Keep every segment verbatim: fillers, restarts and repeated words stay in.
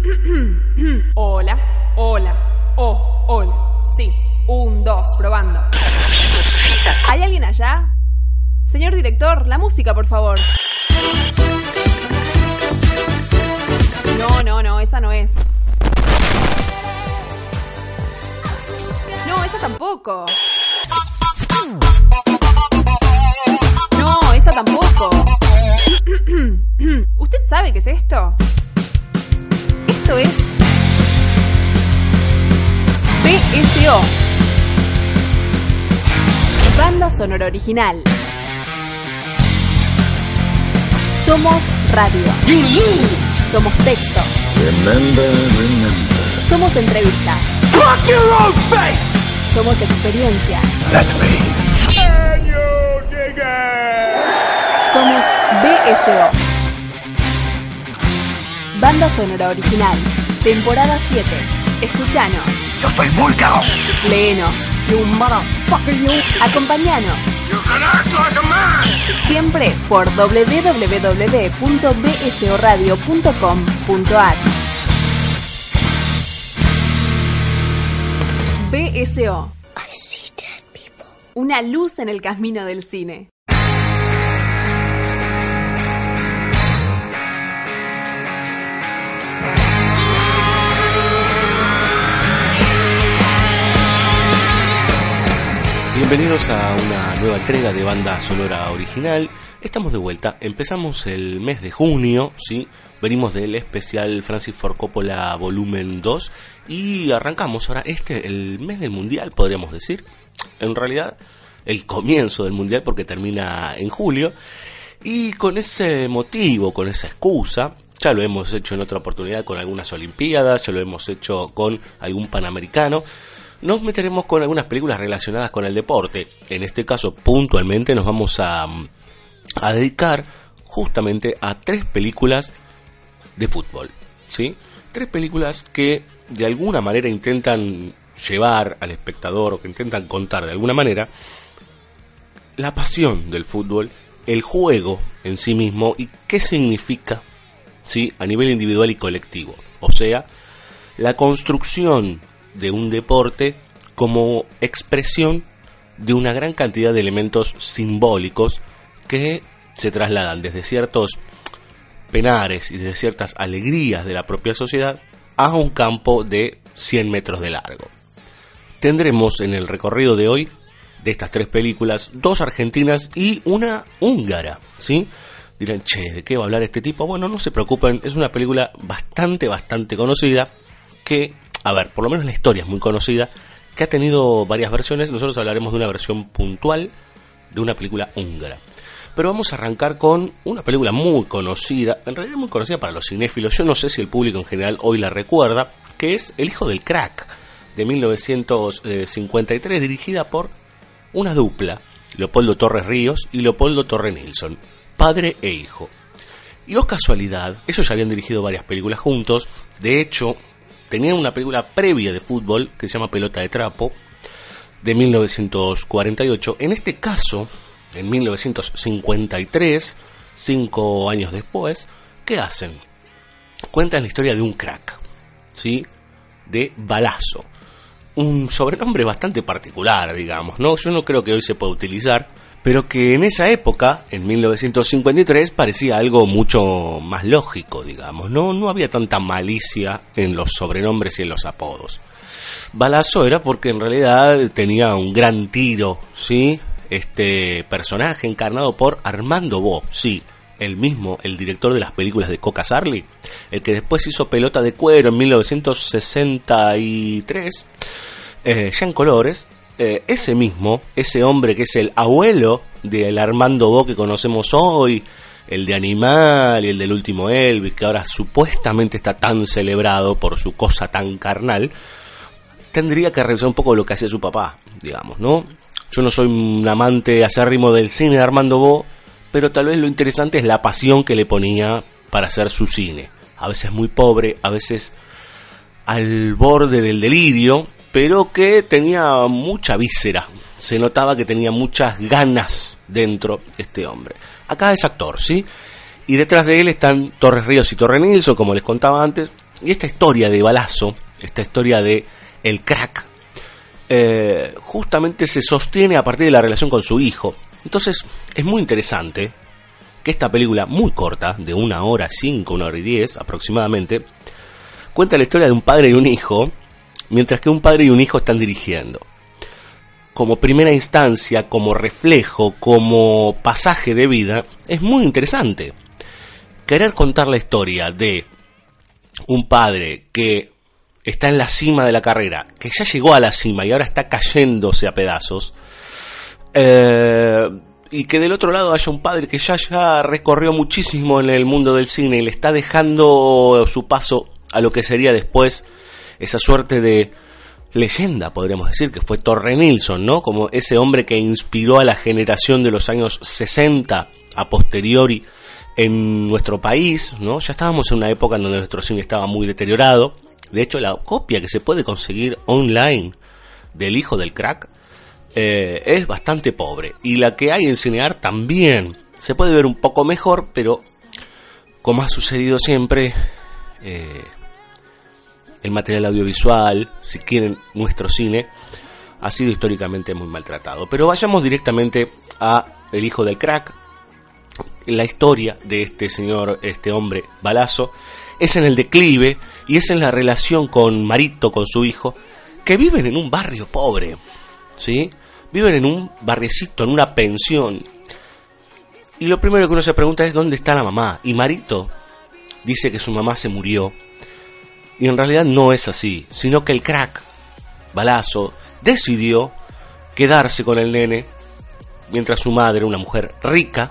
Hola, hola, oh, hola. Sí, un, dos, probando. ¿Hay alguien allá? Señor director, la música, por favor. No, no, no, esa no es. No, esa tampoco. No, esa tampoco. ¿Usted sabe qué es esto? Esto es B S O, banda sonora original. Somos radio. Somos texto. Remember, remember. Somos entrevistas. Fuck your own face. Somos experiencias. That's me. Can you dig it? Somos B S O, banda sonora original, temporada siete. Escuchanos. Yo soy muy cagón. Léenos. You motherfucker, you. Acompañanos. You can act like a man. Siempre por doble u doble u doble u punto b s o radio punto com punto a r. B S O. I see dead people. Una luz en el camino del cine. Bienvenidos a una nueva entrega de banda sonora original. Estamos de vuelta, empezamos el mes de junio, ¿sí? Venimos del especial Francis Ford Coppola volumen dos y arrancamos ahora este, el mes del mundial, podríamos decir. En realidad, el comienzo del mundial porque termina en julio. Y con ese motivo, con esa excusa, ya lo hemos hecho en otra oportunidad con algunas olimpiadas, ya lo hemos hecho con algún panamericano. Nos meteremos con algunas películas relacionadas con el deporte. En este caso, puntualmente, nos vamos a, a dedicar justamente a tres películas de fútbol, ¿sí? Tres películas que de alguna manera intentan llevar al espectador, o que intentan contar de alguna manera la pasión del fútbol, el juego en sí mismo y qué significa, ¿sí?, a nivel individual y colectivo. O sea, la construcción de un deporte como expresión de una gran cantidad de elementos simbólicos que se trasladan desde ciertos penares y desde ciertas alegrías de la propia sociedad a un campo de cien metros de largo. Tendremos en el recorrido de hoy de estas tres películas dos argentinas y una húngara, ¿sí? Dirán, che, ¿de qué va a hablar este tipo? Bueno, no se preocupen, es una película bastante, bastante conocida que, a ver, por lo menos la historia es muy conocida, que ha tenido varias versiones. Nosotros hablaremos de una versión puntual de una película húngara. Pero vamos a arrancar con una película muy conocida, en realidad muy conocida para los cinéfilos, yo no sé si el público en general hoy la recuerda, que es El hijo del crack, de mil novecientos cincuenta y tres, dirigida por una dupla, Leopoldo Torres Ríos y Leopoldo Torre Nilsson, padre e hijo. Y oh casualidad, ellos ya habían dirigido varias películas juntos. De hecho, tenían una película previa de fútbol que se llama Pelota de Trapo, de mil novecientos cuarenta y ocho. En este caso, en mil novecientos cincuenta y tres, cinco años después, ¿qué hacen? Cuentan la historia de un crack, ¿sí?, de Balazo. Un sobrenombre bastante particular, digamos, ¿no? Yo no creo que hoy se pueda utilizar, pero que en esa época, en mil novecientos cincuenta y tres, parecía algo mucho más lógico, digamos, ¿no? No había tanta malicia en los sobrenombres y en los apodos. Balazo era porque en realidad tenía un gran tiro, ¿sí? Este personaje encarnado por Armando Bo, sí, el mismo, el director de las películas de Coca Sarli, el que después hizo Pelota de Cuero en mil novecientos sesenta y tres, eh, ya en colores. Eh, ese mismo, ese hombre que es el abuelo del Armando Bo que conocemos hoy, el de Animal y el del último Elvis, que ahora supuestamente está tan celebrado por su cosa tan carnal, tendría que revisar un poco lo que hacía su papá, digamos, ¿no? Yo no soy un amante acérrimo del cine de Armando Bo, pero tal vez lo interesante es la pasión que le ponía para hacer su cine. A veces muy pobre, a veces al borde del delirio, pero que tenía mucha víscera. Se notaba que tenía muchas ganas dentro este hombre. Acá es actor, ¿sí? Y detrás de él están Torres Ríos y Torre Nilsson, como les contaba antes, Y esta historia de Balazo, esta historia de el crack, eh, justamente se sostiene a partir de la relación con su hijo. Entonces es muy interesante que esta película muy corta, de una hora cinco, una hora y diez aproximadamente, cuenta la historia de un padre y un hijo, mientras que un padre y un hijo están dirigiendo. Como primera instancia, como reflejo, como pasaje de vida, es muy interesante. Querer contar la historia de un padre que está en la cima de la carrera, que ya llegó a la cima y ahora está cayéndose a pedazos, eh, y que del otro lado haya un padre que ya, ya recorrió muchísimo en el mundo del cine y le está dejando su paso a lo que sería después esa suerte de leyenda, podríamos decir, que fue Torre Nilsson, ¿no? Como ese hombre que inspiró a la generación de los años sesenta a posteriori en nuestro país, ¿no? Ya estábamos en una época en donde nuestro cine estaba muy deteriorado. De hecho, la copia que se puede conseguir online del hijo del crack eh, es bastante pobre. Y la que hay en Cinear también se puede ver un poco mejor, pero como ha sucedido siempre, eh, el material audiovisual, si quieren, nuestro cine, ha sido históricamente muy maltratado. Pero vayamos directamente a El hijo del crack. La historia de este señor, este hombre Balazo, es en el declive y es en la relación con Marito, con su hijo, que viven en un barrio pobre, ¿sí? Viven en un barriecito, en una pensión. Y lo primero que uno se pregunta es ¿dónde está la mamá? Y Marito dice que su mamá se murió. Y en realidad no es así, sino que el crack, Balazo, decidió quedarse con el nene mientras su madre, una mujer rica,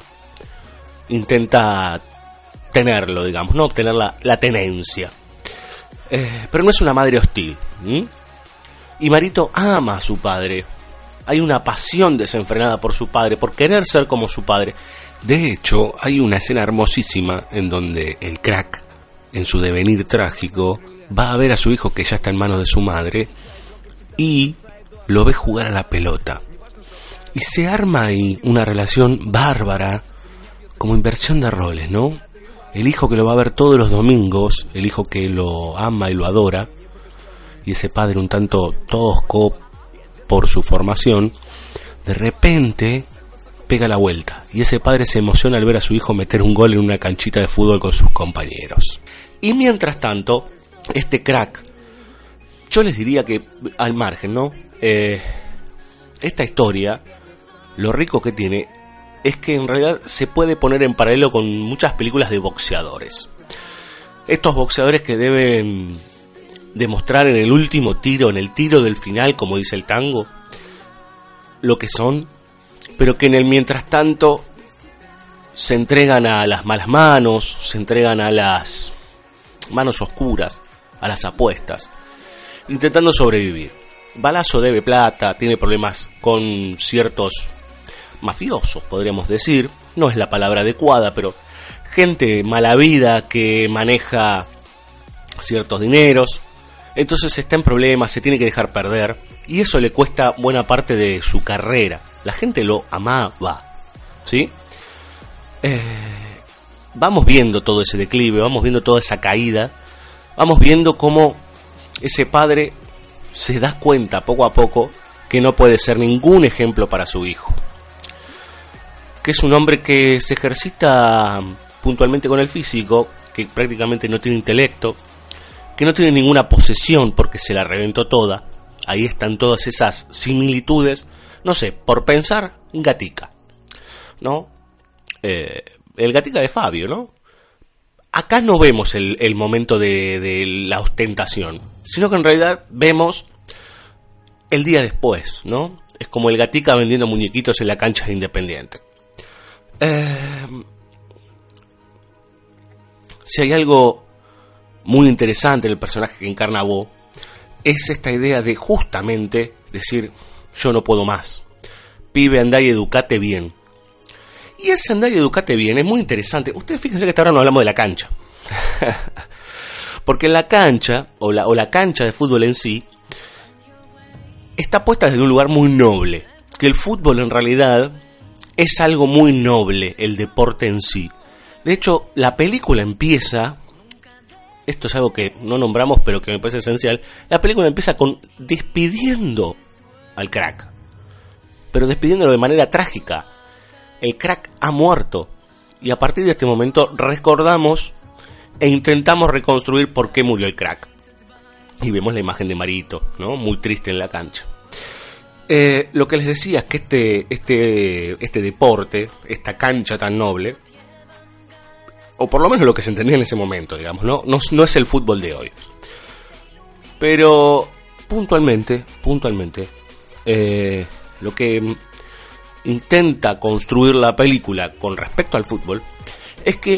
intenta tenerlo, digamos, no obtener la, la tenencia. Eh, pero no es una madre hostil. ¿m? Y Marito ama a su padre. Hay una pasión desenfrenada por su padre, por querer ser como su padre. De hecho, hay una escena hermosísima en donde el crack, en su devenir trágico, va a ver a su hijo que ya está en manos de su madre y lo ve jugar a la pelota. Y se arma ahí una relación bárbara, como inversión de roles, ¿no? El hijo que lo va a ver todos los domingos, el hijo que lo ama y lo adora, y ese padre un tanto tosco por su formación, de repente pega la vuelta, y ese padre se emociona al ver a su hijo meter un gol en una canchita de fútbol con sus compañeros. Y mientras tanto, este crack, yo les diría que al margen, ¿no? Eh, esta historia, lo rico que tiene es que en realidad se puede poner en paralelo con muchas películas de boxeadores. Estos boxeadores que deben demostrar en el último tiro, en el tiro del final, como dice el tango, lo que son, pero que en el mientras tanto se entregan a las malas manos, se entregan a las manos oscuras, a las apuestas, intentando sobrevivir. Balazo debe plata, tiene problemas con ciertos mafiosos, podríamos decir, no es la palabra adecuada, pero gente mala vida que maneja ciertos dineros, entonces está en problemas, se tiene que dejar perder, y eso le cuesta buena parte de su carrera. La gente lo amaba, ¿sí? Eh, vamos viendo todo ese declive, vamos viendo toda esa caída, vamos viendo cómo ese padre se da cuenta poco a poco que no puede ser ningún ejemplo para su hijo, que es un hombre que se ejercita puntualmente con el físico, que prácticamente no tiene intelecto, que no tiene ninguna posesión porque se la reventó toda. Ahí están todas esas similitudes, no sé, por pensar, Gatica, ¿no? Eh, el Gatica de Fabio, ¿no? Acá no vemos el, el momento de, de la ostentación, sino que en realidad vemos el día después, ¿no? Es como el Gatica vendiendo muñequitos en la cancha de Independiente. Eh, si hay algo muy interesante en el personaje que encarna a Bo, es esta idea de justamente decir, yo no puedo más, pibe, andá y educate bien. Y ese andá y educate bien es muy interesante. Ustedes fíjense que hasta ahora no hablamos de la cancha. Porque la cancha, o la, o la cancha de fútbol en sí, está puesta desde un lugar muy noble. Que el fútbol en realidad es algo muy noble, el deporte en sí. De hecho, la película empieza esto es algo que no nombramos pero que me parece esencial, la película empieza con despidiendo al crack, pero despidiéndolo de manera trágica. El crack ha muerto y a partir de este momento recordamos e intentamos reconstruir por qué murió el crack. Y vemos la imagen de Marito, ¿no? Muy triste en la cancha. Eh, lo que les decía es que este, este, este deporte, esta cancha tan noble, o por lo menos lo que se entendía en ese momento, digamos, no, no, no es el fútbol de hoy. Pero puntualmente, puntualmente, eh, lo que intenta construir la película con respecto al fútbol es que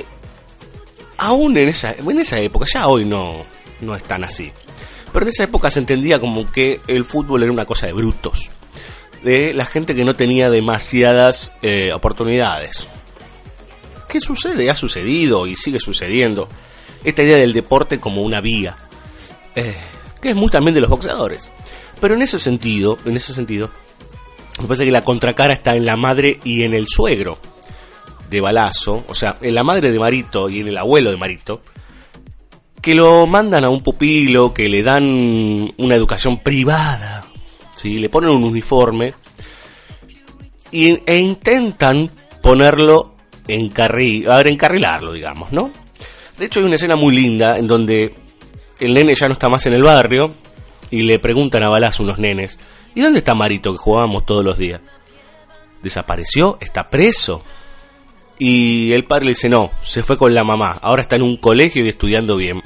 aún en esa, en esa época, ya hoy no, no es tan así, pero en esa época se entendía como que el fútbol era una cosa de brutos, de la gente que no tenía demasiadas eh, oportunidades. ¿Qué sucede? Ha sucedido y sigue sucediendo esta idea del deporte como una vía, eh, que es muy también de los boxeadores. Pero en ese sentido, en ese sentido, me parece que la contracara está en la madre y en el suegro de Balazo, o sea, en la madre de Marito y en el abuelo de Marito, que lo mandan a un pupilo, que le dan una educación privada, ¿sí? Le ponen un uniforme y, e intentan ponerlo en carril, a ver, encarrilarlo, digamos, ¿no? De hecho hay una escena muy linda en donde el nene ya no está más en el barrio y le preguntan a Balazo unos nenes: ¿y dónde está Marito que jugábamos todos los días? ¿Desapareció? ¿Está preso? Y el padre le dice: no, se fue con la mamá, ahora está en un colegio y estudiando bien.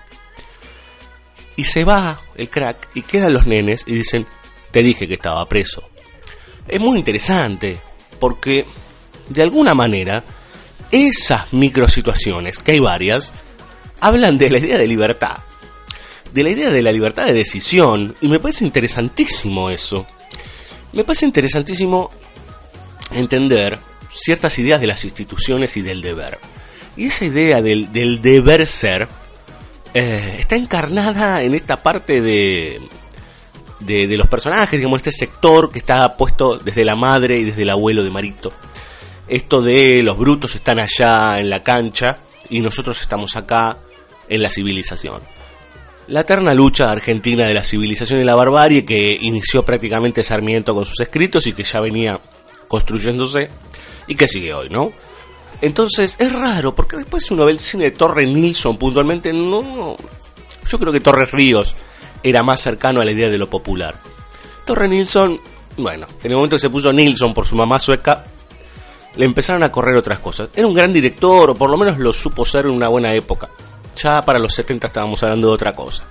Y se va el crack y quedan los nenes y dicen: te dije que estaba preso. Es muy interesante porque de alguna manera esas microsituaciones, que hay varias, hablan de la idea de libertad, de la idea de la libertad de decisión, y me parece interesantísimo eso. Me parece interesantísimo entender ciertas ideas de las instituciones y del deber. Y esa idea del, del deber ser eh, está encarnada en esta parte de, de, de los personajes, digamos, este sector que está puesto desde la madre y desde el abuelo de Marito. Esto de los brutos están allá en la cancha y nosotros estamos acá en la civilización. La eterna lucha argentina de la civilización y la barbarie que inició prácticamente Sarmiento con sus escritos y que ya venía construyéndose y que sigue hoy, ¿no? Entonces es raro porque después si uno ve el cine de Torre Nilsson puntualmente, no, yo creo que Torres Ríos era más cercano a la idea de lo popular. Torre Nilsson, bueno, en el momento que se puso Nilsson por su mamá sueca, le empezaron a correr otras cosas. Era un gran director, o por lo menos lo supo ser en una buena época. Ya para los setenta estábamos hablando de otra cosa.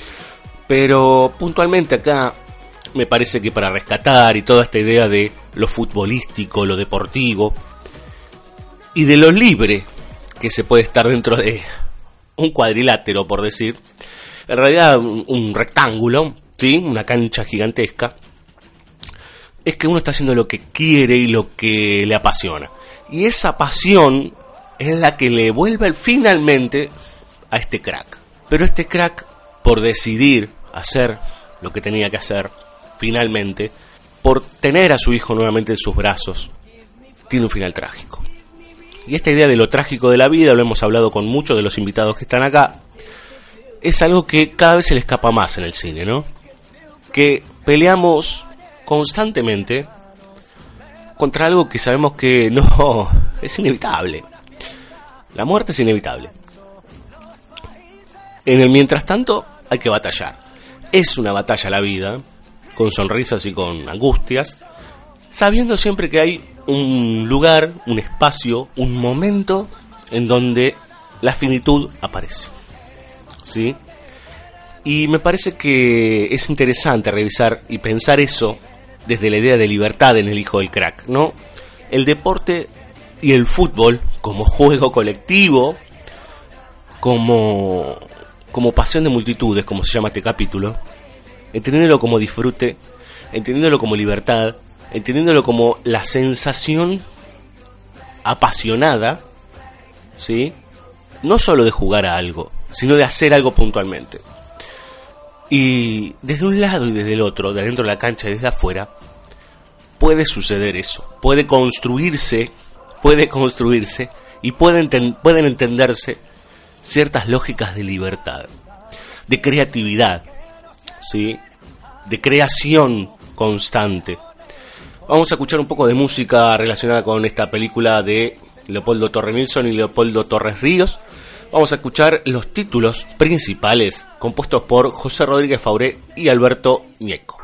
Pero puntualmente acá me parece que para rescatar y toda esta idea de lo futbolístico, lo deportivo y de lo libre que se puede estar dentro de un cuadrilátero, por decir, en realidad un, un rectángulo, ¿sí? Una cancha gigantesca, es que uno está haciendo lo que quiere y lo que le apasiona. Y esa pasión es la que le vuelve finalmente a este crack. Pero este crack, por decidir hacer lo que tenía que hacer, finalmente, por tener a su hijo nuevamente en sus brazos, tiene un final trágico. Y esta idea de lo trágico de la vida, lo hemos hablado con muchos de los invitados que están acá, es algo que cada vez se le escapa más en el cine, ¿no? Que peleamos constantemente contra algo que sabemos que no es inevitable. La muerte es inevitable. En el mientras tanto hay que batallar. Es una batalla la vida, con sonrisas y con angustias, sabiendo siempre que hay un lugar, un espacio, un momento en donde la finitud aparece, ¿sí? Y me parece que es interesante revisar y pensar eso desde la idea de libertad en el hijo del crack, ¿no? El deporte y el fútbol como juego colectivo, como, como pasión de multitudes, como se llama este capítulo, entendiéndolo como disfrute, entendiéndolo como libertad, entendiéndolo como la sensación apasionada, ¿sí? No solo de jugar a algo, sino de hacer algo puntualmente. Y desde un lado y desde el otro, de adentro de la cancha y desde afuera, puede suceder eso. Puede construirse, puede construirse y puede enten- pueden entenderse ciertas lógicas de libertad. de creatividad, ¿sí? De creación constante. Vamos a escuchar un poco de música relacionada con esta película de Leopoldo Torre Nilsson y Leopoldo Torres Ríos. Vamos a escuchar los títulos principales compuestos por José Rodríguez Fauré y Alberto Ñeco.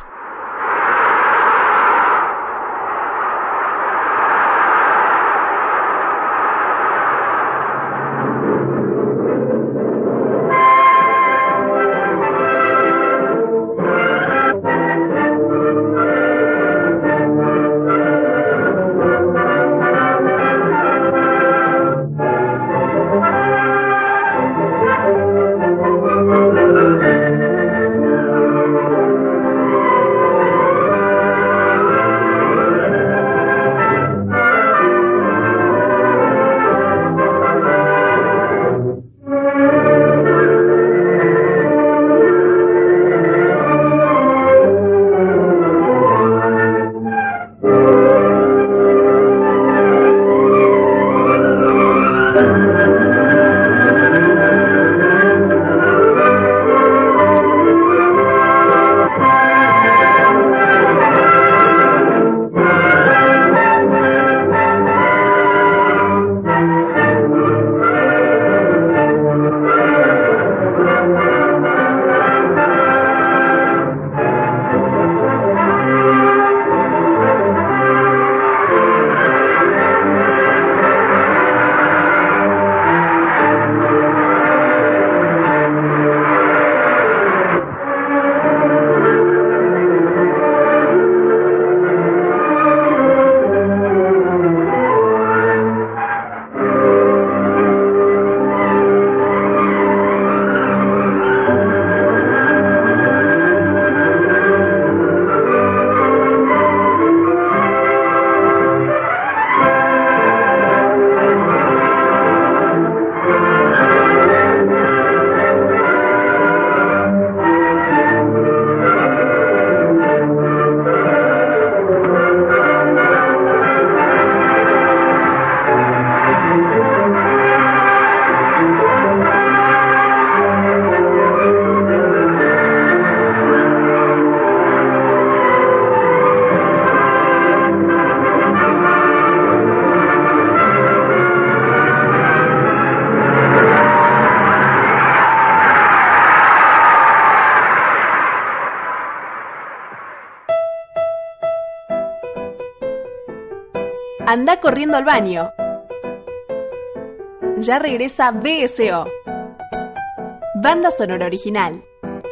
Anda corriendo al baño. Ya regresa B S O. Banda sonora original.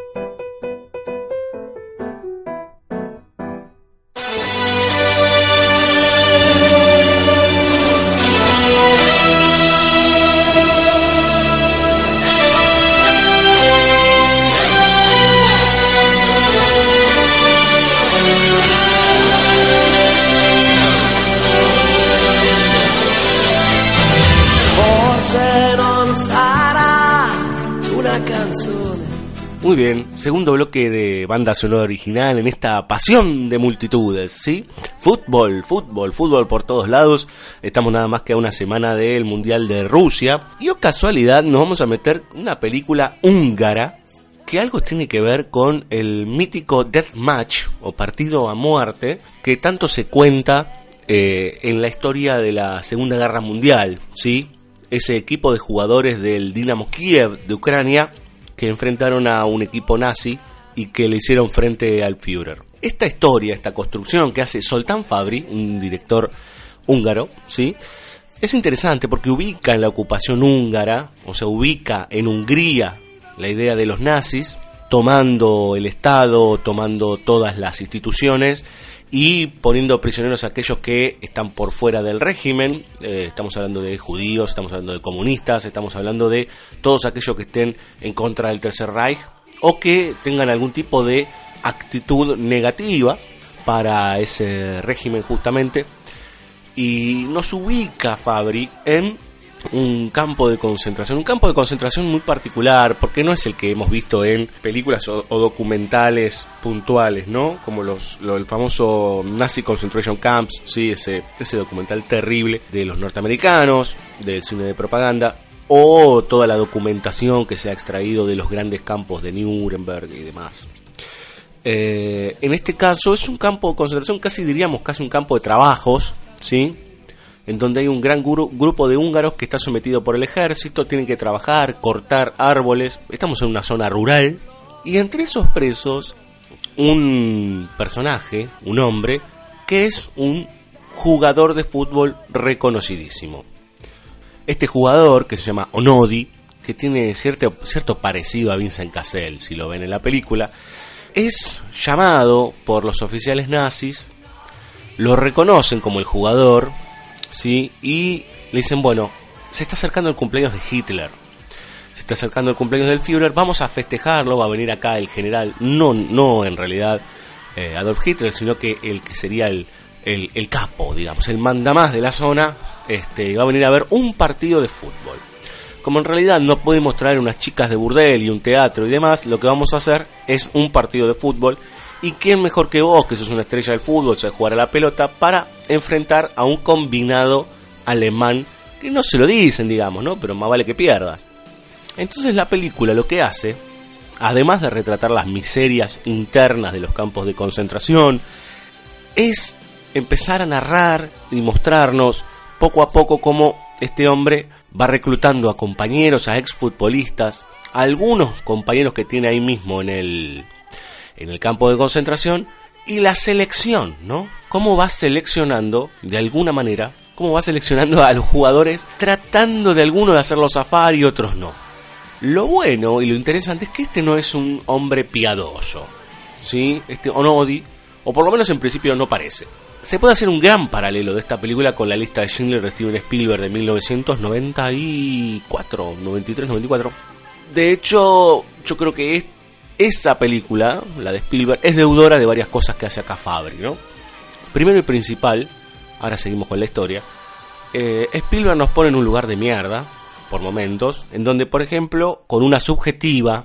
Muy bien, segundo bloque de banda sonora original en esta pasión de multitudes, ¿sí? Fútbol, fútbol, fútbol por todos lados. Estamos nada más que a una semana del Mundial de Rusia. Y o casualidad nos vamos a meter una película húngara que algo tiene que ver con el mítico Deathmatch o partido a muerte que tanto se cuenta eh, en la historia de la Segunda Guerra Mundial, ¿sí? Ese equipo de jugadores del Dinamo Kiev de Ucrania que enfrentaron a un equipo nazi y que le hicieron frente al Führer. Esta historia, esta construcción que hace Zoltán Fabri, un director húngaro, ¿sí? Es interesante porque ubica en la ocupación húngara, o sea, ubica en Hungría la idea de los nazis, tomando el Estado, tomando todas las instituciones y poniendo prisioneros a aquellos que están por fuera del régimen. Eh, estamos hablando de judíos, estamos hablando de comunistas, estamos hablando de todos aquellos que estén en contra del Tercer Reich o que tengan algún tipo de actitud negativa para ese régimen justamente. Y nos ubica Fabri en un campo de concentración, un campo de concentración muy particular, porque no es el que hemos visto en películas o, o documentales puntuales, ¿no? Como los, lo, el famoso Nazi Concentration Camps, sí, ese, ese documental terrible de los norteamericanos, del cine de propaganda. o toda la documentación que se ha extraído de los grandes campos de Nuremberg y demás. Eh, en este caso es un campo de concentración, casi diríamos casi un campo de trabajos, ¿sí? En donde hay un gran gru- grupo de húngaros que está sometido por el ejército, tienen que trabajar, cortar árboles, estamos en una zona rural, y entre esos presos, un personaje, un hombre, que es un jugador de fútbol reconocidísimo. Este jugador, que se llama Onodi, que tiene cierto, cierto parecido a Vincent Cassel, si lo ven en la película, es llamado por los oficiales nazis, lo reconocen como el jugador, ¿sí? Y le dicen, bueno, se está acercando el cumpleaños de Hitler, se está acercando el cumpleaños del Führer, vamos a festejarlo, va a venir acá el general, no, no en realidad eh, Adolf Hitler, sino que el que sería el, el, el capo, digamos, el mandamás de la zona, este, va a venir a ver un partido de fútbol. Como en realidad no podemos traer unas chicas de burdel y un teatro y demás, lo que vamos a hacer es un partido de fútbol. ¿Y quién mejor que vos, que sos una estrella del fútbol, sabes jugar a la pelota, para enfrentar a un combinado alemán que no se lo dicen, digamos, ¿no? Pero más vale que pierdas. Entonces la película lo que hace, además de retratar las miserias internas de los campos de concentración, es empezar a narrar y mostrarnos poco a poco cómo este hombre va reclutando a compañeros, a exfutbolistas, a algunos compañeros que tiene ahí mismo en el, en el campo de concentración, y la selección, ¿no? Cómo va seleccionando, de alguna manera, cómo va seleccionando a los jugadores, tratando de algunos de hacerlos zafar y otros no. Lo bueno y lo interesante es que este no es un hombre piadoso, ¿sí? Este Onodi, o por lo menos en principio no parece. Se puede hacer un gran paralelo de esta película con La lista de Schindler de Steven Spielberg de mil novecientos noventa y cuatro, noventa y tres, noventa y cuatro. De hecho, yo creo que es, esa película, la de Spielberg, es deudora de varias cosas que hace acá Fabri, ¿no? Primero y principal, ahora seguimos con la historia, eh, Spielberg nos pone en un lugar de mierda, por momentos, en donde, por ejemplo, con una subjetiva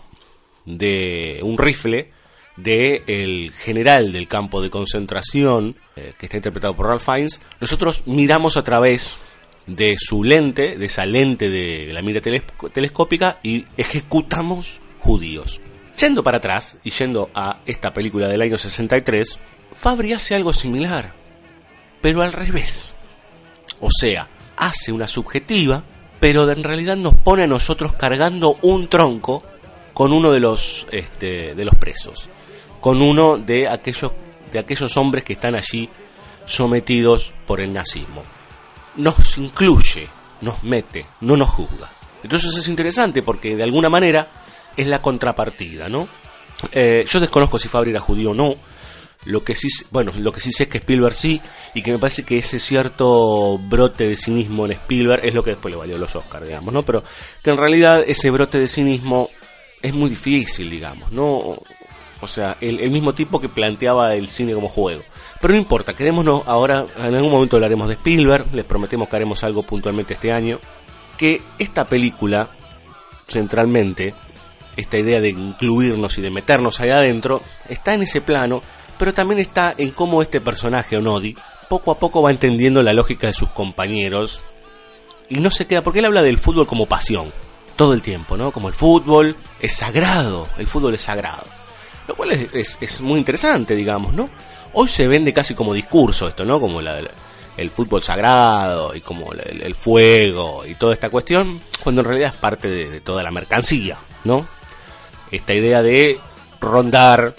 de un rifle de el general del campo de concentración, eh, que está interpretado por Ralph Fiennes, nosotros miramos a través de su lente, de esa lente de la mira teles- telescópica, y ejecutamos judíos. Yendo para atrás, y yendo a esta película del año sesenta y tres, Fabri hace algo similar, pero al revés. O sea, hace una subjetiva, pero en realidad nos pone a nosotros cargando un tronco con uno de los, este, de los presos, con uno de aquellos, de aquellos hombres que están allí sometidos por el nazismo. Nos incluye, nos mete, no nos juzga. Entonces es interesante porque de alguna manera es la contrapartida, ¿no? Eh, yo desconozco si Fabri era judío o no. Lo que sí, bueno, lo que sí sé es que Spielberg sí, y que me parece que ese cierto brote de cinismo en Spielberg es lo que después le valió los Oscars, digamos, ¿no? Pero que en realidad ese brote de cinismo es muy difícil, digamos, ¿no? O sea, el, el mismo tipo que planteaba el cine como juego. Pero no importa, quedémonos ahora, en algún momento hablaremos de Spielberg, les prometemos que haremos algo puntualmente este año, que esta película, centralmente, esta idea de incluirnos y de meternos ahí adentro, está en ese plano, pero también está en cómo este personaje, Onodi, poco a poco va entendiendo la lógica de sus compañeros, y no se queda, porque él habla del fútbol como pasión, todo el tiempo, ¿no? Como el fútbol es sagrado, el fútbol es sagrado. Lo cual es, es, es muy interesante, digamos, ¿no? Hoy se vende casi como discurso esto, ¿no? Como la, la, el fútbol sagrado y como la, el, el fuego y toda esta cuestión, cuando en realidad es parte de, de toda la mercancía, ¿no? Esta idea de rondar,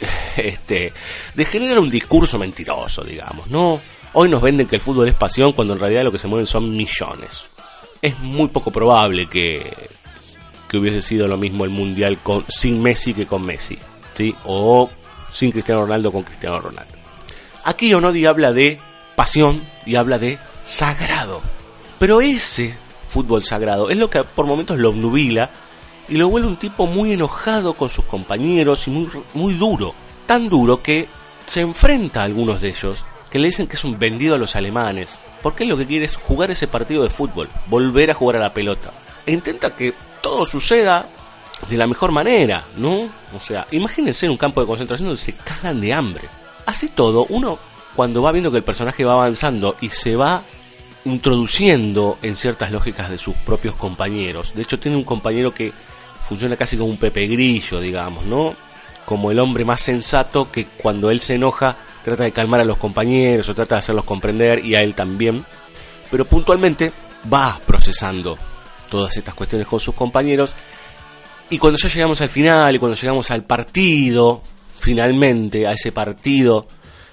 este, de generar un discurso mentiroso, digamos, ¿no? Hoy nos venden que el fútbol es pasión cuando en realidad lo que se mueven son millones. Es muy poco probable que, que hubiese sido lo mismo el Mundial con, sin Messi que con Messi, ¿sí? O sin Cristiano Ronaldo con Cristiano Ronaldo. Aquí Onodi habla de pasión y habla de sagrado. Pero ese fútbol sagrado es lo que por momentos lo obnubila y lo vuelve un tipo muy enojado con sus compañeros y muy, muy duro. Tan duro que se enfrenta a algunos de ellos que le dicen que es un vendido a los alemanes, porque él lo que quiere es jugar ese partido de fútbol, volver a jugar a la pelota. E intenta que todo suceda de la mejor manera, ¿no? O sea, imagínense en un campo de concentración donde se cagan de hambre. Así todo, uno cuando va viendo que el personaje va avanzando y se va introduciendo en ciertas lógicas de sus propios compañeros. De hecho, tiene un compañero que funciona casi como un Pepe Grillo, digamos, ¿no? Como el hombre más sensato que cuando él se enoja trata de calmar a los compañeros o trata de hacerlos comprender, y a él también. Pero puntualmente va procesando todas estas cuestiones con sus compañeros. Y cuando ya llegamos al final y cuando llegamos al partido, finalmente a ese partido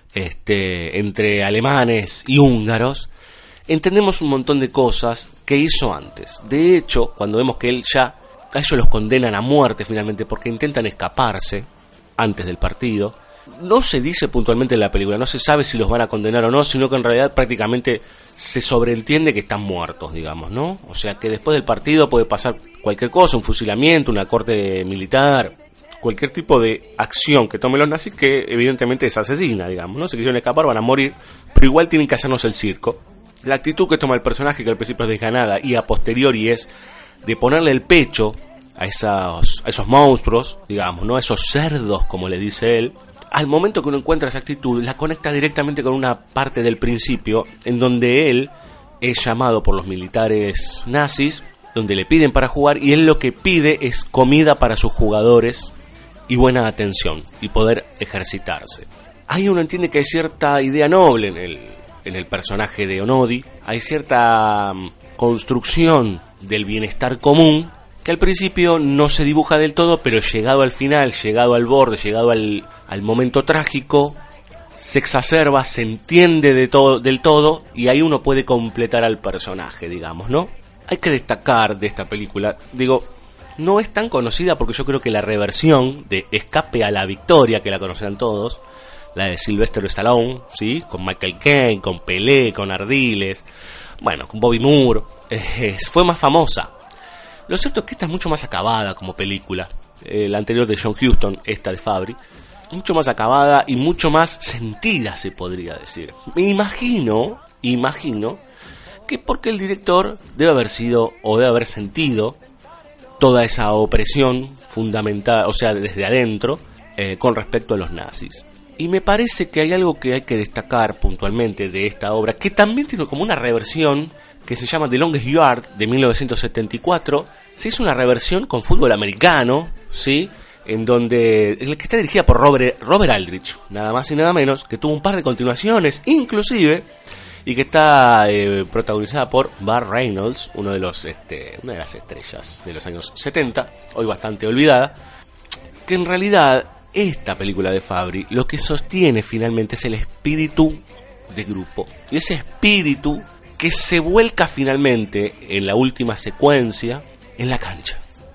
este, entre alemanes y húngaros, entendemos un montón de cosas que hizo antes. De hecho, cuando vemos que él ya, a ellos los condenan a muerte finalmente porque intentan escaparse antes del partido, no se dice puntualmente en la película, no se sabe si los van a condenar o no, sino que en realidad prácticamente se sobreentiende que están muertos, digamos, ¿no? O sea que después del partido puede pasar cualquier cosa, un fusilamiento, una corte militar, cualquier tipo de acción que tomen los nazis que evidentemente es asesina, digamos, ¿no? Si quisieron escapar van a morir, pero igual tienen que hacernos el circo. La actitud que toma el personaje, que al principio es desganada y a posteriori es de ponerle el pecho a esos, a esos monstruos, digamos, ¿no? A esos cerdos, como le dice él. Al momento que uno encuentra esa actitud, la conecta directamente con una parte del principio en donde él es llamado por los militares nazis, donde le piden para jugar, y él lo que pide es comida para sus jugadores y buena atención y poder ejercitarse. Ahí uno entiende que hay cierta idea noble en el, en el personaje de Onodi, hay cierta construcción del bienestar común que al principio no se dibuja del todo, pero llegado al final, llegado al borde, llegado al, al momento trágico, se exacerba, se entiende de todo, del todo, y ahí uno puede completar al personaje, digamos, ¿no? Hay que destacar de esta película, digo, no es tan conocida porque yo creo que la reversión de Escape a la Victoria, que la conocerán todos, la de Sylvester Stallone, ¿sí? Con Michael Caine, con Pelé, con Ardiles, bueno, con Bobby Moore, eh, fue más famosa. Lo cierto es que esta es mucho más acabada como película. Eh, la anterior de John Huston, esta de Fabry, mucho más acabada y mucho más sentida, se podría decir. Me imagino, imagino, que porque el director debe haber sido o debe haber sentido toda esa opresión fundamental, o sea, desde adentro, eh, con respecto a los nazis. Y me parece que hay algo que hay que destacar puntualmente de esta obra, que también tiene como una reversión que se llama The Longest Yard, de mil novecientos setenta y cuatro. Se hizo una reversión con fútbol americano, ¿sí? En donde, que está dirigida por Robert, Robert Aldrich, nada más y nada menos, que tuvo un par de continuaciones, inclusive, y que está eh, protagonizada por Burt Reynolds, uno de los, este, una de las estrellas de los años setenta, hoy bastante olvidada, que en realidad esta película de Fabry lo que sostiene finalmente es el espíritu de grupo, y ese espíritu que se vuelca finalmente en la última secuencia en la cancha.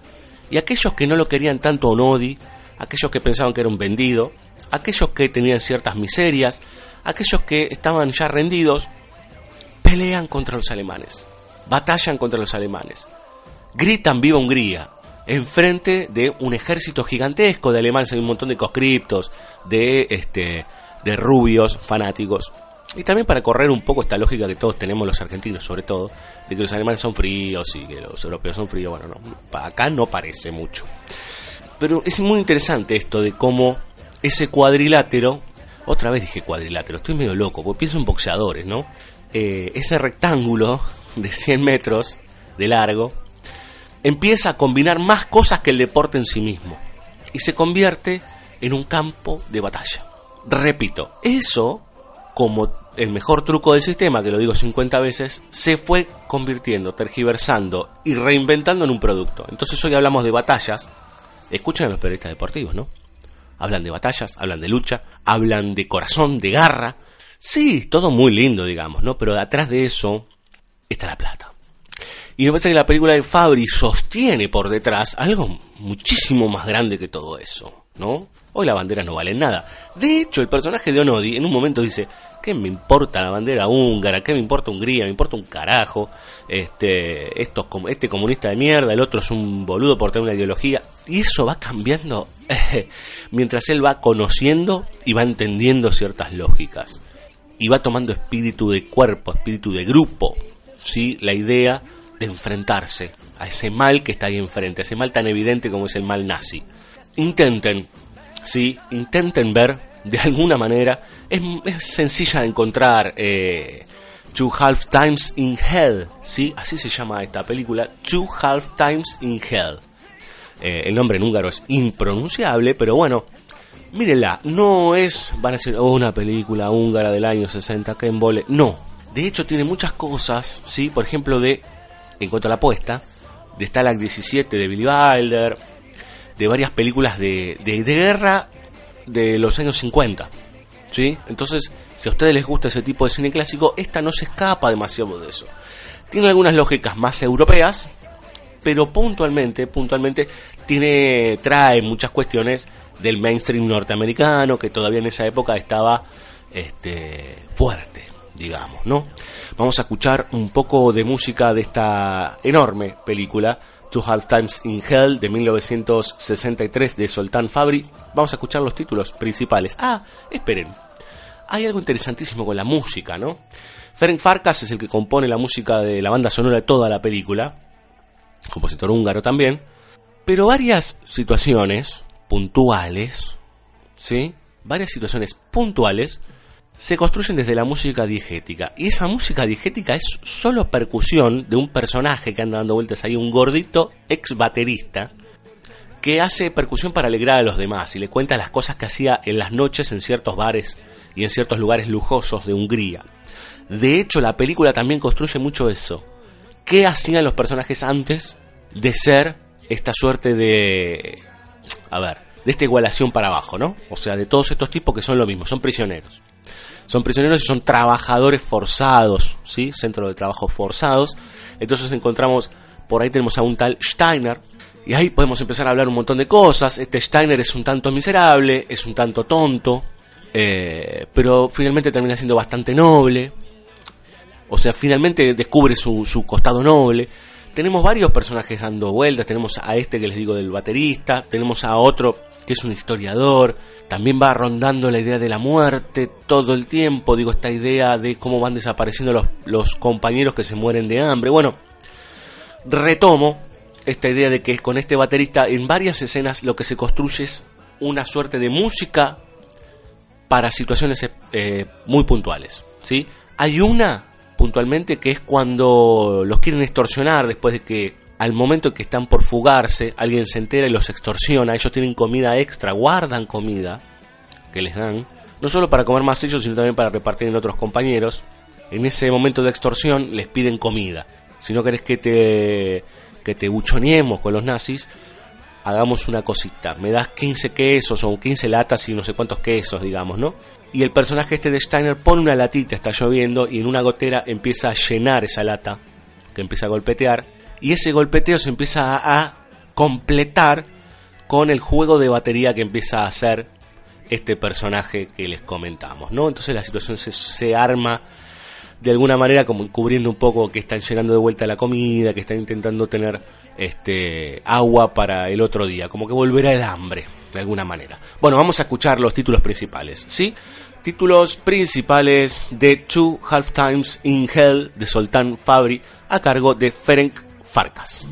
Y aquellos que no lo querían tanto a Onodi, aquellos que pensaban que era un vendido, aquellos que tenían ciertas miserias, aquellos que estaban ya rendidos, pelean contra los alemanes, batallan contra los alemanes, gritan viva Hungría, enfrente de un ejército gigantesco de alemanes, hay un montón de conscriptos, de, este, de rubios fanáticos. Y también para correr un poco esta lógica que todos tenemos los argentinos, sobre todo, de que los alemanes son fríos y que los europeos son fríos. Bueno, no, acá no parece mucho. Pero es muy interesante esto de cómo ese cuadrilátero, otra vez dije cuadrilátero, estoy medio loco, porque pienso en boxeadores, ¿no? Eh, ese rectángulo de cien metros de largo empieza a combinar más cosas que el deporte en sí mismo y se convierte en un campo de batalla. Repito, eso, como el mejor truco del sistema, que lo digo cincuenta veces, se fue convirtiendo, tergiversando y reinventando en un producto. Entonces hoy hablamos de batallas. Escuchen a los periodistas deportivos, ¿no? Hablan de batallas, hablan de lucha, hablan de corazón, de garra. Sí, todo muy lindo, digamos, ¿no? Pero atrás de eso está la plata. Y me parece que la película de Fabry sostiene por detrás algo muchísimo más grande que todo eso, ¿no? Hoy las banderas no valen nada. De hecho, el personaje de Onodi en un momento dice: ¿qué me importa la bandera húngara? ¿Qué me importa Hungría? Me importa un carajo. Este, estos, este comunista de mierda, el otro es un boludo por tener una ideología. Y eso va cambiando eh, mientras él va conociendo y va entendiendo ciertas lógicas. Y va tomando espíritu de cuerpo, espíritu de grupo, ¿sí? La idea de enfrentarse a ese mal que está ahí enfrente, a ese mal tan evidente como es el mal nazi. Intenten, ¿sí? Intenten ver de alguna manera. Es, es sencilla de encontrar eh, Two Half Times in Hell, ¿sí? Así se llama esta película, Two Half Times in Hell. Eh, el nombre en húngaro es impronunciable, pero bueno, mírenla, no es, van a decir, oh, una película húngara del año sesenta, que embole. No, de hecho tiene muchas cosas, ¿sí? Por ejemplo, de, en cuanto a la apuesta, de Stalag diecisiete de Billy Wilder, de varias películas de, de, de guerra de los años cincuenta, ¿sí? Entonces, si a ustedes les gusta ese tipo de cine clásico, esta no se escapa demasiado de eso. Tiene algunas lógicas más europeas, pero puntualmente, puntualmente tiene, trae muchas cuestiones del mainstream norteamericano, que todavía en esa época estaba este, fuerte, digamos, ¿no? Vamos a escuchar un poco de música de esta enorme película, Two Half Times in Hell, de mil novecientos sesenta y tres, de Zoltán Fabri. Vamos a escuchar los títulos principales. Ah, esperen, hay algo interesantísimo con la música, ¿no? Ferenc Farkas es el que compone la música de la banda sonora de toda la película, compositor húngaro también, pero varias situaciones puntuales, ¿sí? Varias situaciones puntuales se construyen desde la música diegética, y esa música diegética es solo percusión de un personaje que anda dando vueltas ahí, un gordito ex baterista, que hace percusión para alegrar a los demás y le cuenta las cosas que hacía en las noches en ciertos bares y en ciertos lugares lujosos de Hungría. De hecho, la película también construye mucho eso. ¿Qué hacían los personajes antes de ser esta suerte de... a ver, de esta igualación para abajo, ¿no? O sea, de todos estos tipos que son lo mismo, son prisioneros. Son prisioneros y son trabajadores forzados, ¿sí? Centro de trabajo forzados. Entonces encontramos, por ahí tenemos a un tal Steiner, y ahí podemos empezar a hablar un montón de cosas. Este Steiner es un tanto miserable, es un tanto tonto, eh, pero finalmente termina siendo bastante noble. O sea, finalmente descubre su, su costado noble. Tenemos varios personajes dando vueltas. Tenemos a este que les digo del baterista, tenemos a otro que es un historiador. También va rondando la idea de la muerte todo el tiempo. Digo, esta idea de cómo van desapareciendo los, los compañeros que se mueren de hambre. Bueno, retomo esta idea de que con este baterista en varias escenas lo que se construye es una suerte de música para situaciones eh, muy puntuales, ¿sí? Hay una puntualmente que es cuando los quieren extorsionar después de que al momento en que están por fugarse alguien se entera y los extorsiona. Ellos tienen comida extra, guardan comida que les dan, no solo para comer más ellos, sino también para repartir en otros compañeros. En ese momento de extorsión les piden comida. Si no querés que te que te buchoneemos con los nazis, hagamos una cosita, me das quince quesos o quince latas y no sé cuántos quesos, digamos, ¿no? Y el personaje este de Steiner pone una latita, está lloviendo, y en una gotera empieza a llenar esa lata, que empieza a golpetear, y ese golpeteo se empieza a, a completar con el juego de batería que empieza a hacer este personaje que les comentamos, ¿no? Entonces la situación se, se arma de alguna manera como cubriendo un poco que están llenando de vuelta la comida, que están intentando tener este agua para el otro día, como que volverá el hambre de alguna manera. Bueno, vamos a escuchar los títulos principales, ¿sí? Títulos principales de Two Half Times in Hell de Zoltán Fabri, a cargo de Ferenc Farkas.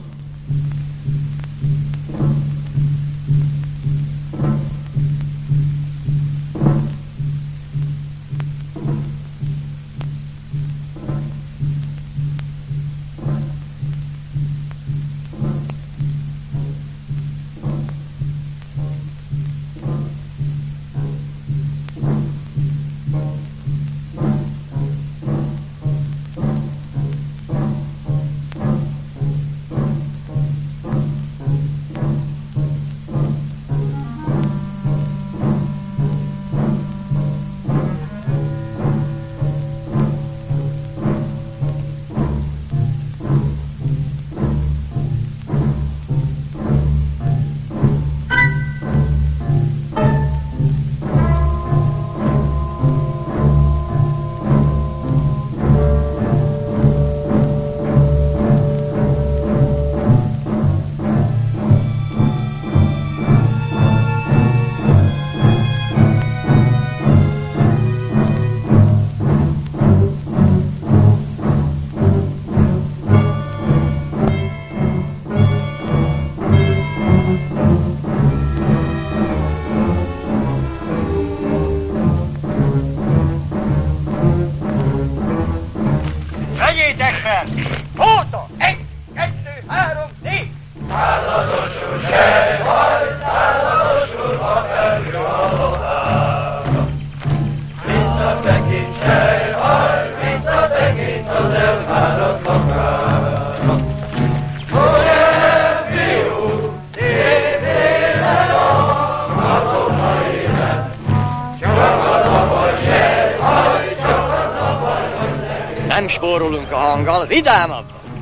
jungle, witam!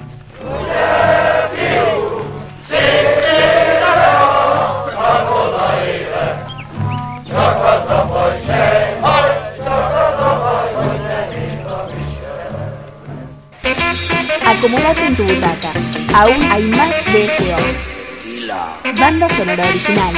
Acomódate en tu butaca. Aún hay más B S O. Banda sonora original.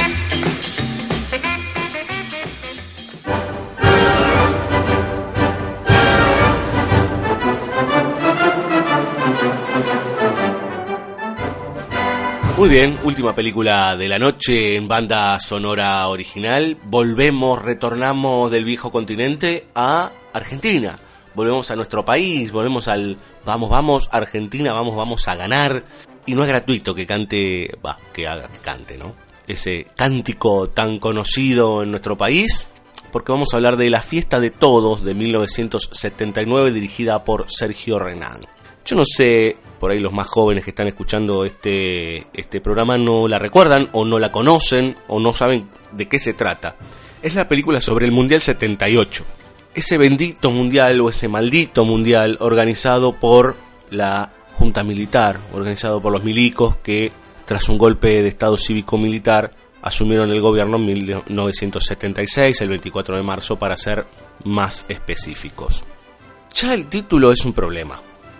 Muy bien, última película de la noche en banda sonora original. Volvemos, retornamos del viejo continente a Argentina. Volvemos a nuestro país, volvemos al vamos, vamos, Argentina, vamos, vamos a ganar. Y no es gratuito que cante, bah, que haga, que cante, ¿no? Ese cántico tan conocido en nuestro país, porque vamos a hablar de La Fiesta de Todos de mil novecientos setenta y nueve, dirigida por Sergio Renán. Yo no sé, por ahí los más jóvenes que están escuchando este, este programa no la recuerdan, o no la conocen, o no saben de qué se trata. Es la película sobre el Mundial setenta y ocho. Ese bendito mundial o ese maldito mundial organizado por la Junta Militar, organizado por los milicos que tras un golpe de estado cívico-militar asumieron el gobierno en mil novecientos setenta y seis, el veinticuatro de marzo para ser más específicos. Ya el título es un problema,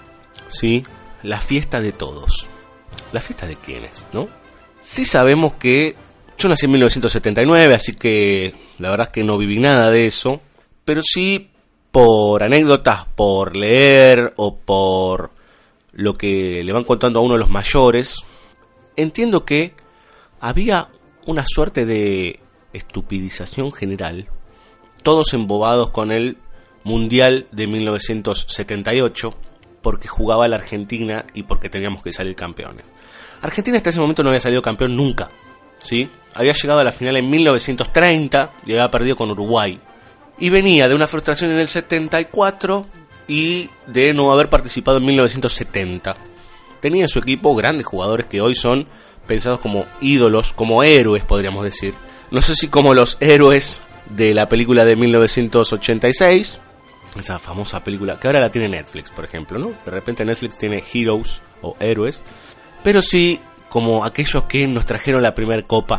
¿sí? La fiesta de todos. ¿La fiesta de quiénes, no? Sí sabemos que yo nací en mil novecientos setenta y nueve, así que la verdad es que no viví nada de eso. Pero sí, por anécdotas, por leer o por lo que le van contando a uno los mayores, entiendo que había una suerte de estupidización general, todos embobados con el Mundial de mil novecientos setenta y ocho, porque jugaba la Argentina y porque teníamos que salir campeones. Argentina hasta ese momento no había salido campeón nunca, ¿sí? Había llegado a la final en mil novecientos treinta y había perdido con Uruguay. Y venía de una frustración en el setenta y cuatro y de no haber participado en mil novecientos setenta. Tenía en su equipo grandes jugadores que hoy son pensados como ídolos, como héroes, podríamos decir. No sé si como los héroes de la película de mil novecientos ochenta y seis, esa famosa película que ahora la tiene Netflix, por ejemplo, ¿no? De repente Netflix tiene Heroes o héroes, pero sí como aquellos que nos trajeron la primera copa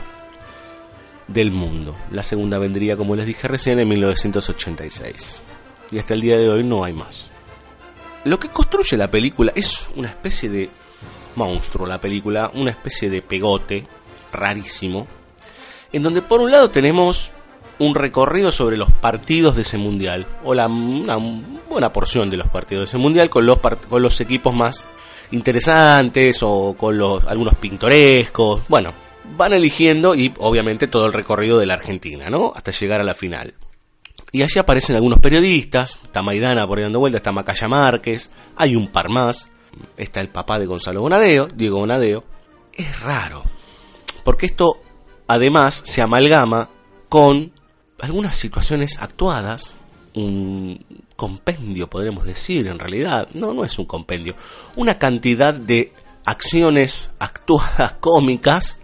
del mundo. La segunda vendría, como les dije recién, en mil novecientos ochenta y seis. Y hasta el día de hoy no hay más. Lo que construye la película es una especie de monstruo, la película, una especie de pegote rarísimo, en donde por un lado tenemos un recorrido sobre los partidos de ese mundial, o la, una buena porción de los partidos de ese mundial, con los, part- con los equipos más interesantes o con los algunos pintorescos. Bueno, van eligiendo y obviamente todo el recorrido de la Argentina, ¿no? Hasta llegar a la final. Y allí aparecen algunos periodistas, está Maidana por ahí dando vuelta, está Macaya Márquez, hay un par más, está el papá de Gonzalo Bonadeo, Diego Bonadeo. Es raro, porque esto además se amalgama con algunas situaciones actuadas, un compendio podremos decir en realidad, no, no es un compendio, una cantidad de acciones actuadas cómicas,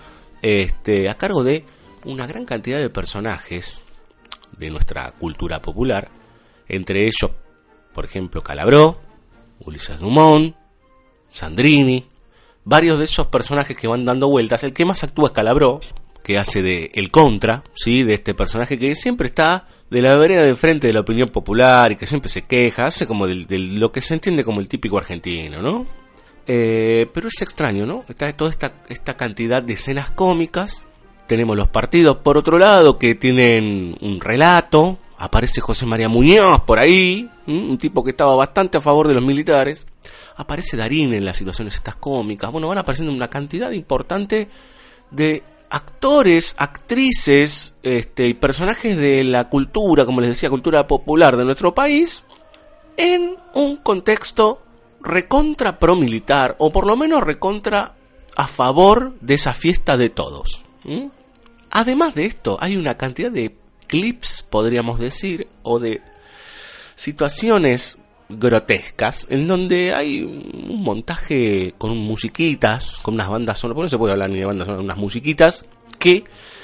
Este, a cargo de una gran cantidad de personajes de nuestra cultura popular, entre ellos, por ejemplo, Calabró, Ulises Dumont, Sandrini, varios de esos personajes que van dando vueltas. El que más actúa es Calabró, que hace de el contra, ¿sí? De este personaje que siempre está de la vereda de frente de la opinión popular y que siempre se queja, hace como de, de lo que se entiende como el típico argentino, ¿no? Eh, pero es extraño, ¿no? Está toda esta, esta cantidad de escenas cómicas. Tenemos los partidos, por otro lado, que tienen un relato. Aparece José María Muñoz por ahí, ¿m? Un tipo que estaba bastante a favor de los militares. Aparece Darín en las situaciones estas cómicas. Bueno, van apareciendo una cantidad importante de actores, actrices, este, y personajes de la cultura, como les decía, cultura popular de nuestro país, en un contexto recontra pro militar, o por lo menos recontra a favor de esa fiesta de todos. ¿Mm? Además de esto, hay una cantidad de clips, podríamos decir, o de situaciones grotescas, en donde hay un montaje con musiquitas, con unas bandas sonoras, porque no se puede hablar ni de bandas sonoras, unas musiquitas que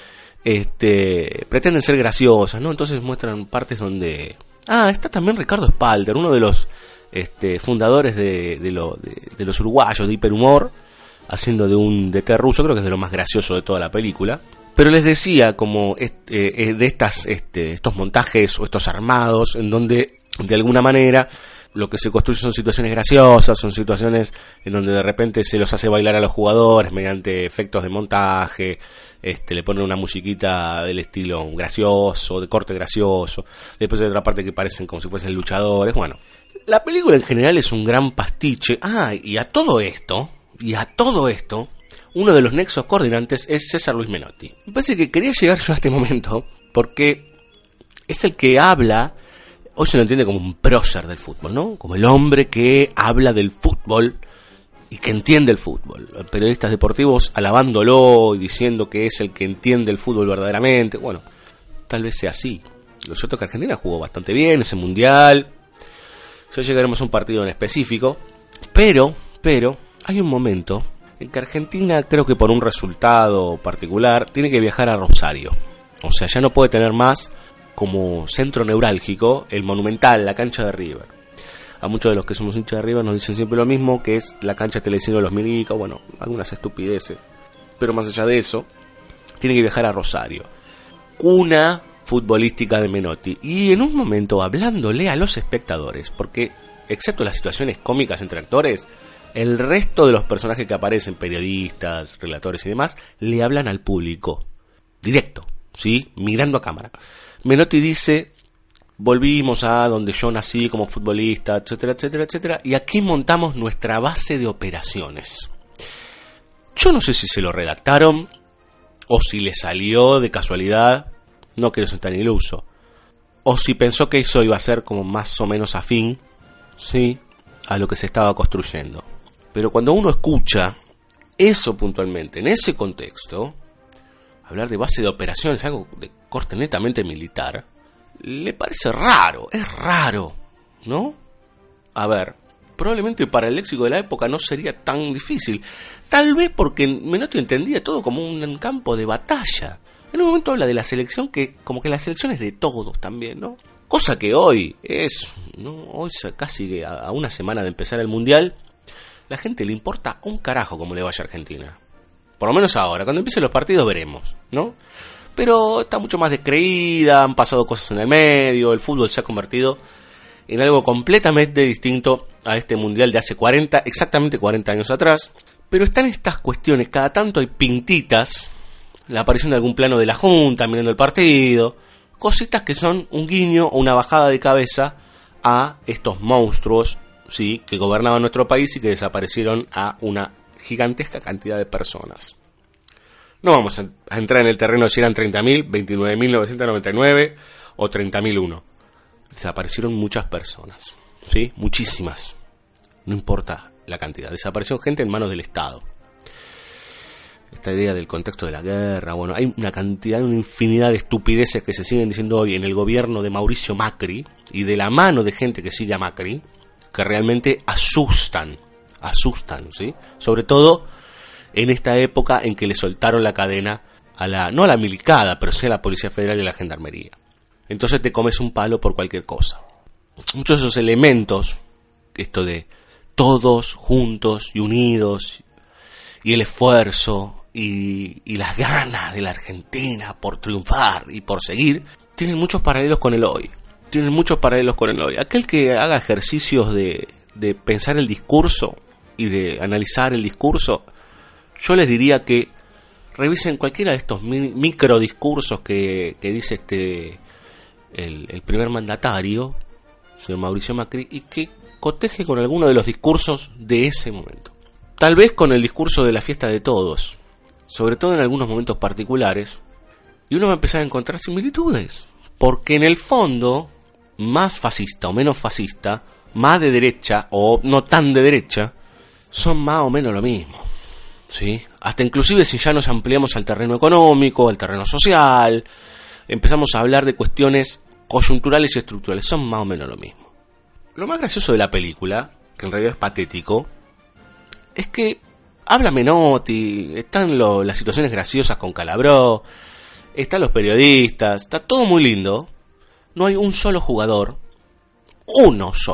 este, pretenden ser graciosas, ¿no? Entonces muestran partes donde... Ah, está también Ricardo Spalter, uno de los este, fundadores de, de, lo, de, de los uruguayos de Hiperhumor, haciendo de un D T ruso, creo que es de lo más gracioso de toda la película. Pero les decía, como este, eh, de estas, este, estos montajes o estos armados, en donde de alguna manera lo que se construye son situaciones graciosas, son situaciones en donde de repente se los hace bailar a los jugadores mediante efectos de montaje, este, le ponen una musiquita del estilo gracioso, de corte gracioso, después hay otra parte que parecen como si fuesen luchadores. Bueno, la película en general es un gran pastiche. Ah, y a todo esto, y a todo esto, uno de los nexos coordinantes es César Luis Menotti. Me parece que quería llegar yo a este momento porque es el que habla, hoy se lo entiende como un prócer del fútbol, ¿no? Como el hombre que habla del fútbol y que entiende el fútbol. Periodistas deportivos alabándolo y diciendo que es el que entiende el fútbol verdaderamente. Bueno, tal vez sea así. Lo cierto es que Argentina jugó bastante bien ese mundial. Ya llegaremos a un partido en específico. Pero, pero, hay un momento en que Argentina, creo que por un resultado particular, tiene que viajar a Rosario. O sea, ya no puede tener más como centro neurálgico el Monumental, la cancha de River. A muchos de los que somos hinchas de River nos dicen siempre lo mismo, que es la cancha Telecino de los Milicos, bueno, algunas estupideces. Pero más allá de eso, tiene que viajar a Rosario, cuna futbolística de Menotti. Y en un momento, hablándole a los espectadores, porque excepto las situaciones cómicas entre actores, el resto de los personajes que aparecen, periodistas, relatores y demás, le hablan al público, directo, ¿sí? Mirando a cámara. Menotti dice: volvimos a donde yo nací como futbolista, etcétera, etcétera, etcétera, y aquí montamos nuestra base de operaciones. Yo no sé si se lo redactaron o si le salió de casualidad, no quiero ser tan iluso, o si pensó que eso iba a ser como más o menos afín, sí, a lo que se estaba construyendo. Pero cuando uno escucha eso puntualmente, en ese contexto, hablar de base de operaciones, algo de corte netamente militar, le parece raro, es raro, ¿no? A ver, probablemente para el léxico de la época no sería tan difícil, tal vez porque Menotti entendía todo como un campo de batalla. En un momento habla de la selección, que como que la selección es de todos también, ¿no? Cosa que hoy es, ¿no? Hoy casi a una semana de empezar el Mundial, la gente le importa un carajo cómo le vaya a Argentina. Por lo menos ahora, cuando empiecen los partidos veremos, ¿no? Pero está mucho más descreída, han pasado cosas en el medio, el fútbol se ha convertido en algo completamente distinto a este Mundial de hace cuarenta, exactamente cuarenta años atrás. Pero están estas cuestiones, cada tanto hay pintitas, la aparición de algún plano de la Junta mirando el partido, cositas que son un guiño o una bajada de cabeza a estos monstruos, sí, que gobernaban nuestro país y que desaparecieron a una gigantesca cantidad de personas. No vamos a entrar en el terreno de si eran treinta mil, veintinueve mil novecientos noventa y nueve o treinta mil uno. Desaparecieron muchas personas, ¿sí? Muchísimas. No importa la cantidad. Desapareció gente en manos del Estado. Esta idea del contexto de la guerra, bueno, hay una cantidad, una infinidad de estupideces que se siguen diciendo hoy en el gobierno de Mauricio Macri y de la mano de gente que sigue a Macri, que realmente asustan, asustan, ¿sí? Sobre todo en esta época en que le soltaron la cadena a la, no a la milicada, pero sí a la Policía Federal y la Gendarmería. Entonces te comes un palo por cualquier cosa. Muchos de esos elementos, esto de todos juntos y unidos, y el esfuerzo y, y las ganas de la Argentina por triunfar y por seguir, tienen muchos paralelos con el hoy. Tienen muchos paralelos con el hoy. Aquel que haga ejercicios de, de pensar el discurso y de analizar el discurso, yo les diría que revisen cualquiera de estos micro discursos que, que dice este el, el primer mandatario, señor Mauricio Macri, y que coteje con alguno de los discursos de ese momento. Tal vez con el discurso de la fiesta de todos, sobre todo en algunos momentos particulares, y uno va a empezar a encontrar similitudes, porque en el fondo, más fascista o menos fascista, más de derecha o no tan de derecha, son más o menos lo mismo. ¿Sí? Hasta inclusive si ya nos ampliamos al terreno económico, al terreno social, empezamos a hablar de cuestiones coyunturales y estructurales, son más o menos lo mismo. Lo más gracioso de la película, que en realidad es patético, es que habla Menotti, están lo, las situaciones graciosas con Calabró, están los periodistas, está todo muy lindo, no hay un solo jugador, uno solo,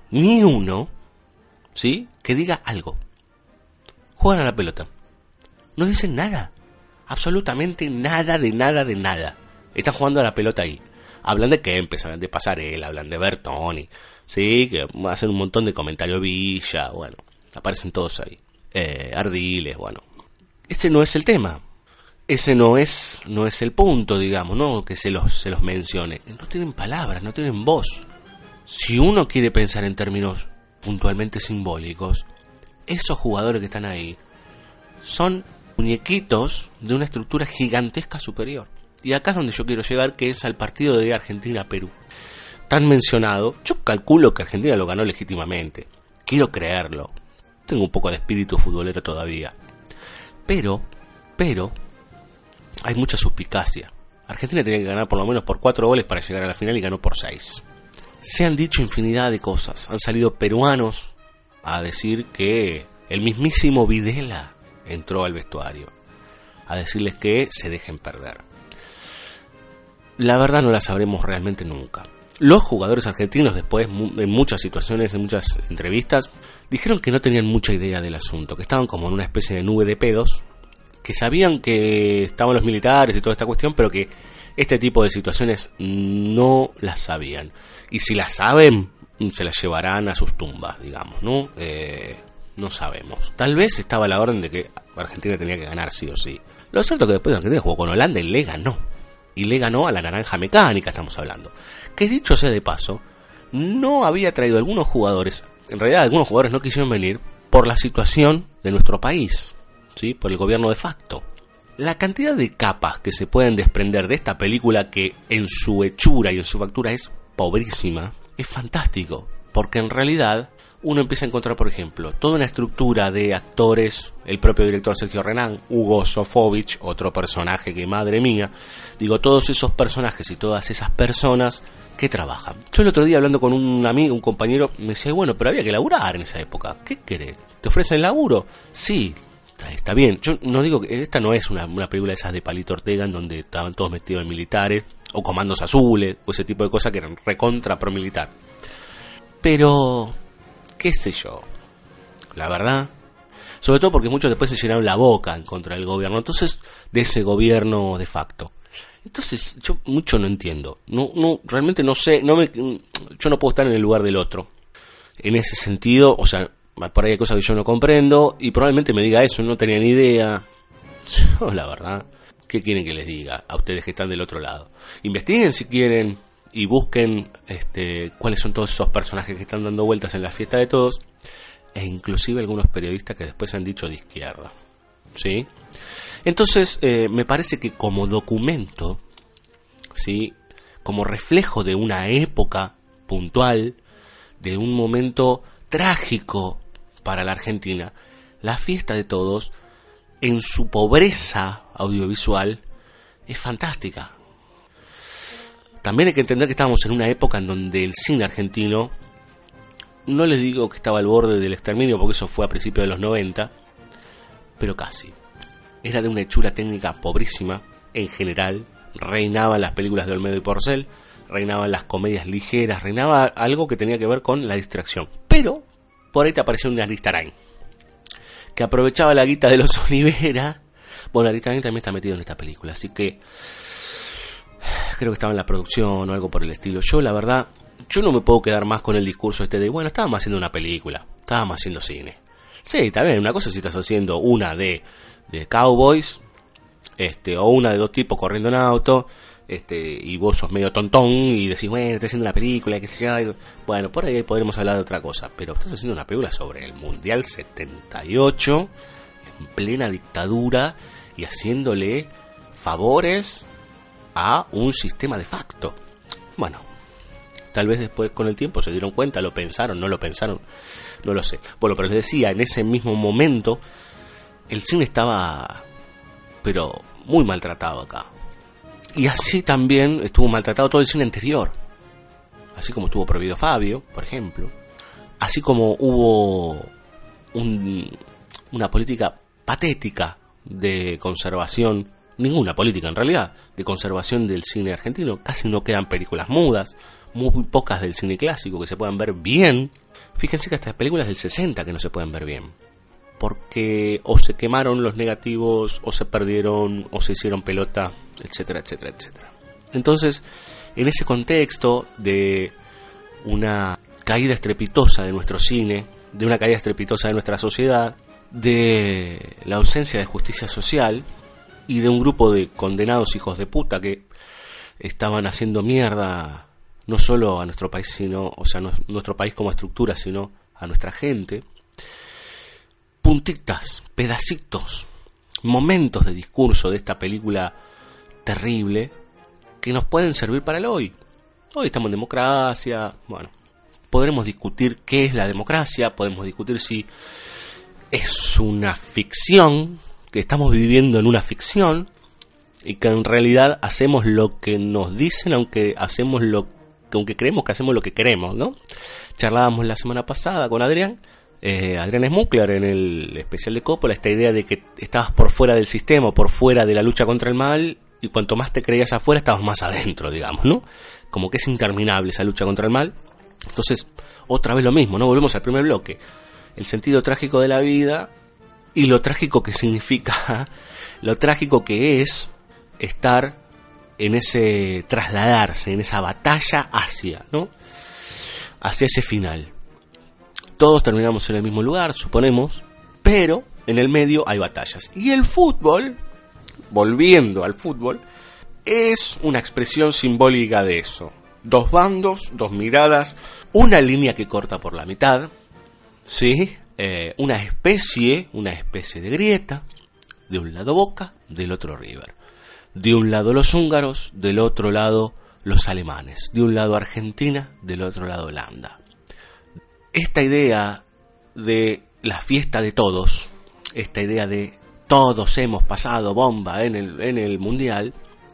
ni uno, ¿sí?, que diga algo. Juegan a la pelota. No dicen nada. Absolutamente nada de nada de nada. Están jugando a la pelota ahí. Hablan de Kempes, hablan de Pasarela, hablan de Bertoni, sí, que hacen un montón de comentarios. Villa, bueno, aparecen todos ahí. Eh, Ardiles, bueno. Ese no es el tema. Ese no es no es el punto, digamos, ¿no? Que se los, se los mencione. No tienen palabras, no tienen voz. Si uno quiere pensar en términos puntualmente simbólicos, esos jugadores que están ahí son muñequitos de una estructura gigantesca superior. Y acá es donde yo quiero llegar, que es al partido de Argentina-Perú. Tan mencionado, yo calculo que Argentina lo ganó legítimamente. Quiero creerlo. Tengo un poco de espíritu futbolero todavía. Pero, pero, hay mucha suspicacia. Argentina tenía que ganar por lo menos por cuatro goles para llegar a la final y ganó por seis. Se han dicho infinidad de cosas. Han salido peruanos a decir que el mismísimo Videla entró al vestuario a decirles que se dejen perder. La verdad no la sabremos realmente nunca. Los jugadores argentinos después, en muchas situaciones, en muchas entrevistas, dijeron que no tenían mucha idea del asunto, que estaban como en una especie de nube de pedos, que sabían que estaban los militares y toda esta cuestión, pero que este tipo de situaciones no las sabían. Y si las saben, se las llevarán a sus tumbas, digamos, ¿no? Eh, no sabemos. Tal vez estaba a la orden de que Argentina tenía que ganar sí o sí. Lo cierto es que después Argentina jugó con Holanda y le ganó. Y le ganó a la naranja mecánica, estamos hablando. Que dicho sea de paso, no había traído algunos jugadores, en realidad algunos jugadores no quisieron venir por la situación de nuestro país, ¿sí?, por el gobierno de facto. La cantidad de capas que se pueden desprender de esta película, que en su hechura y en su factura es pobrísima, es fantástico, porque en realidad uno empieza a encontrar, por ejemplo, toda una estructura de actores, el propio director Sergio Renán, Hugo Sofovich, otro personaje que madre mía, digo, todos esos personajes y todas esas personas que trabajan. Yo el otro día hablando con un amigo, un compañero, me decía, bueno, pero había que laburar en esa época, ¿qué querés? ¿Te ofrecen laburo? Sí, está, está bien. Yo no digo que esta no es una, una película de esas de Palito Ortega en donde estaban todos metidos en militares, o comandos azules, o ese tipo de cosas que eran recontra pro militar. Pero qué sé yo, la verdad, sobre todo porque muchos después se llenaron la boca en contra del gobierno, entonces, de ese gobierno de facto. Entonces, yo mucho no entiendo, no, no, realmente no sé, no me, yo no puedo estar en el lugar del otro. En ese sentido, o sea, por ahí hay cosas que yo no comprendo, y probablemente me diga eso, no tenía ni idea. Yo, la verdad, ¿qué quieren que les diga a ustedes que están del otro lado? Investiguen si quieren, y busquen este, cuáles son todos esos personajes que están dando vueltas en la fiesta de todos, e inclusive algunos periodistas que después han dicho de izquierda, ¿sí? Entonces, eh, me parece que como documento, ¿sí?, como reflejo de una época puntual, de un momento trágico para la Argentina, la fiesta de todos, en su pobreza audiovisual, es fantástica. También hay que entender que estábamos en una época en donde el cine argentino, no les digo que estaba al borde del exterminio, porque eso fue a principios de los noventa, pero casi. Era de una hechura técnica pobrísima, en general. Reinaban las películas de Olmedo y Porcel, reinaban las comedias ligeras, reinaba algo que tenía que ver con la distracción. Pero, por ahí te apareció un Aristarain, que aprovechaba la guita de los Olivera. Bueno, Aristarain también está metido en esta película, así que creo que estaba en la producción o algo por el estilo. Yo, la verdad, yo no me puedo quedar más con el discurso este de, bueno, estábamos haciendo una película, estábamos haciendo cine. Sí, está bien, una cosa es si estás haciendo una de, de cowboys, este, o una de dos tipos corriendo en auto, este, y vos sos medio tontón y decís, bueno, estoy haciendo una película, que sea, bueno, por ahí podremos hablar de otra cosa, pero estás haciendo una película sobre el Mundial setenta y ocho, en plena dictadura, y haciéndole favores a un sistema de facto. Bueno, tal vez después con el tiempo se dieron cuenta, lo pensaron, no lo pensaron, no lo sé. Bueno, pero les decía, en ese mismo momento el cine estaba, pero muy maltratado acá. Y así también estuvo maltratado todo el cine anterior. Así como estuvo prohibido Fabio, por ejemplo. Así como hubo un, una política patética de conservación, ninguna política en realidad, de conservación del cine argentino. Casi no quedan películas mudas. muy pocas del cine clásico que se puedan ver bien. Fíjense que hasta películas del sesenta que no se pueden ver bien, porque o se quemaron los negativos, o se perdieron, o se hicieron pelota, etcétera, etcétera, etcétera. Entonces, en ese contexto de una caída estrepitosa de nuestro cine, de una caída estrepitosa de nuestra sociedad, de la ausencia de justicia social y de un grupo de condenados hijos de puta que estaban haciendo mierda no solo a nuestro país, sino, o sea, no, nuestro país como estructura, sino a nuestra gente. Puntitas, pedacitos, momentos de discurso de esta película terrible que nos pueden servir para el hoy. Hoy estamos en democracia, bueno, podremos discutir qué es la democracia, podemos discutir si es una ficción, que estamos viviendo en una ficción y que en realidad hacemos lo que nos dicen, aunque hacemos lo aunque creemos que hacemos lo que queremos, ¿no? Charlábamos la semana pasada con Adrián, eh, Adrián Smukler, en el especial de Coppola, esta idea de que estabas por fuera del sistema, por fuera de la lucha contra el mal, y cuanto más te creías afuera, estabas más adentro, digamos, ¿no? Como que es interminable esa lucha contra el mal. Entonces, otra vez lo mismo, ¿no? Volvemos al primer bloque. El sentido trágico de la vida y lo trágico que significa, lo trágico que es estar en ese trasladarse, en esa batalla hacia, ¿no? Hacia ese final. Todos terminamos en el mismo lugar, suponemos, pero en el medio hay batallas. Y el fútbol, volviendo al fútbol, es una expresión simbólica de eso. Dos bandos, dos miradas, una línea que corta por la mitad, ¿sí? Eh, una especie, una especie de grieta, de un lado Boca, del otro River. De un lado los húngaros, del otro lado los alemanes. De un lado Argentina, del otro lado Holanda. Esta idea de la fiesta de todos, esta idea de todos hemos pasado bomba en el, en el mundial,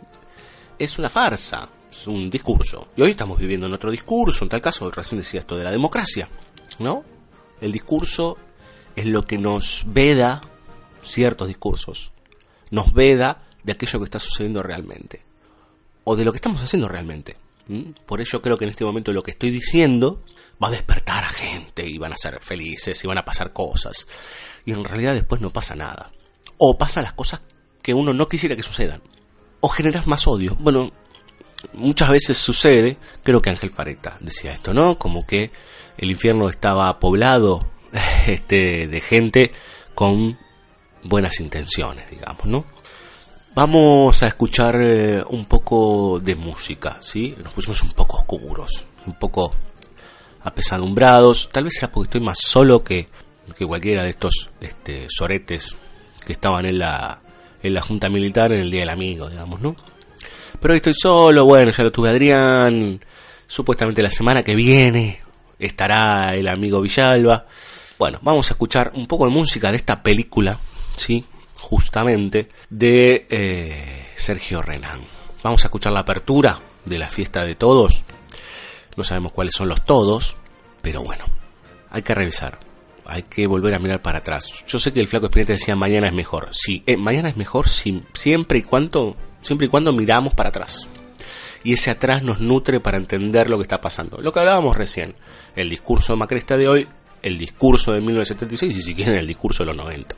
es una farsa, es un discurso. Y hoy estamos viviendo en otro discurso, en tal caso, recién decía esto de la democracia, ¿no? El discurso es lo que nos veda, ciertos discursos, nos veda de aquello que está sucediendo realmente, o de lo que estamos haciendo realmente. ¿Mm? Por ello creo que en este momento lo que estoy diciendo va a despertar a gente, y van a ser felices, y van a pasar cosas, y en realidad después no pasa nada, o pasan las cosas que uno no quisiera que sucedan, o generas más odio. Bueno, muchas veces sucede, creo que Ángel Fareta decía esto, ¿no? Como que el infierno estaba poblado este, de gente con buenas intenciones, digamos, ¿no? Vamos a escuchar eh, un poco de música, ¿sí? Nos pusimos un poco oscuros, un poco apesadumbrados. Tal vez era porque estoy más solo que, que cualquiera de estos este, soretes que estaban en la, en la Junta Militar en el Día del Amigo, digamos, ¿no? Pero hoy estoy solo, bueno, ya lo tuve Adrián. Supuestamente la semana que viene estará el amigo Villalba. Bueno, vamos a escuchar un poco de música de esta película, ¿sí? Justamente de eh, Sergio Renán. Vamos a escuchar la apertura de la fiesta de todos. No sabemos cuáles son los todos, pero bueno, hay que revisar, hay que volver a mirar para atrás. Yo sé que el flaco Espineta decía mañana es mejor. Sí, eh, mañana es mejor si, siempre y cuando siempre y cuando miramos para atrás. Y ese atrás nos nutre para entender lo que está pasando. Lo que hablábamos recién, el discurso macrista de hoy, el discurso de mil novecientos setenta y seis y si quieren el discurso de los noventa.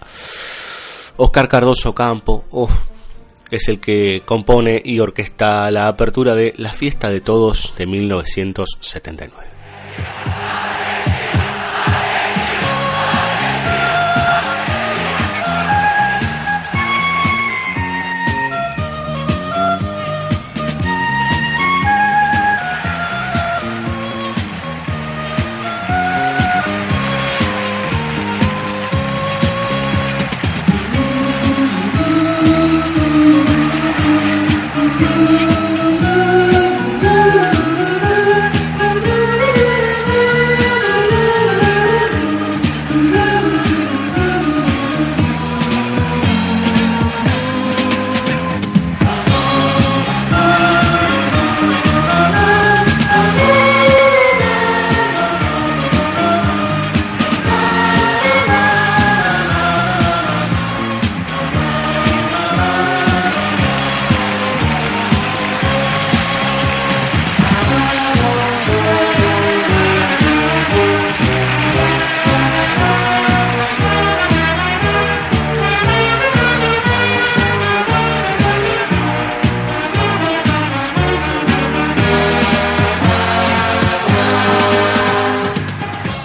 Oscar Cardoso Campo oh, es el que compone y orquesta la apertura de La Fiesta de Todos de mil novecientos setenta y nueve. Thank you.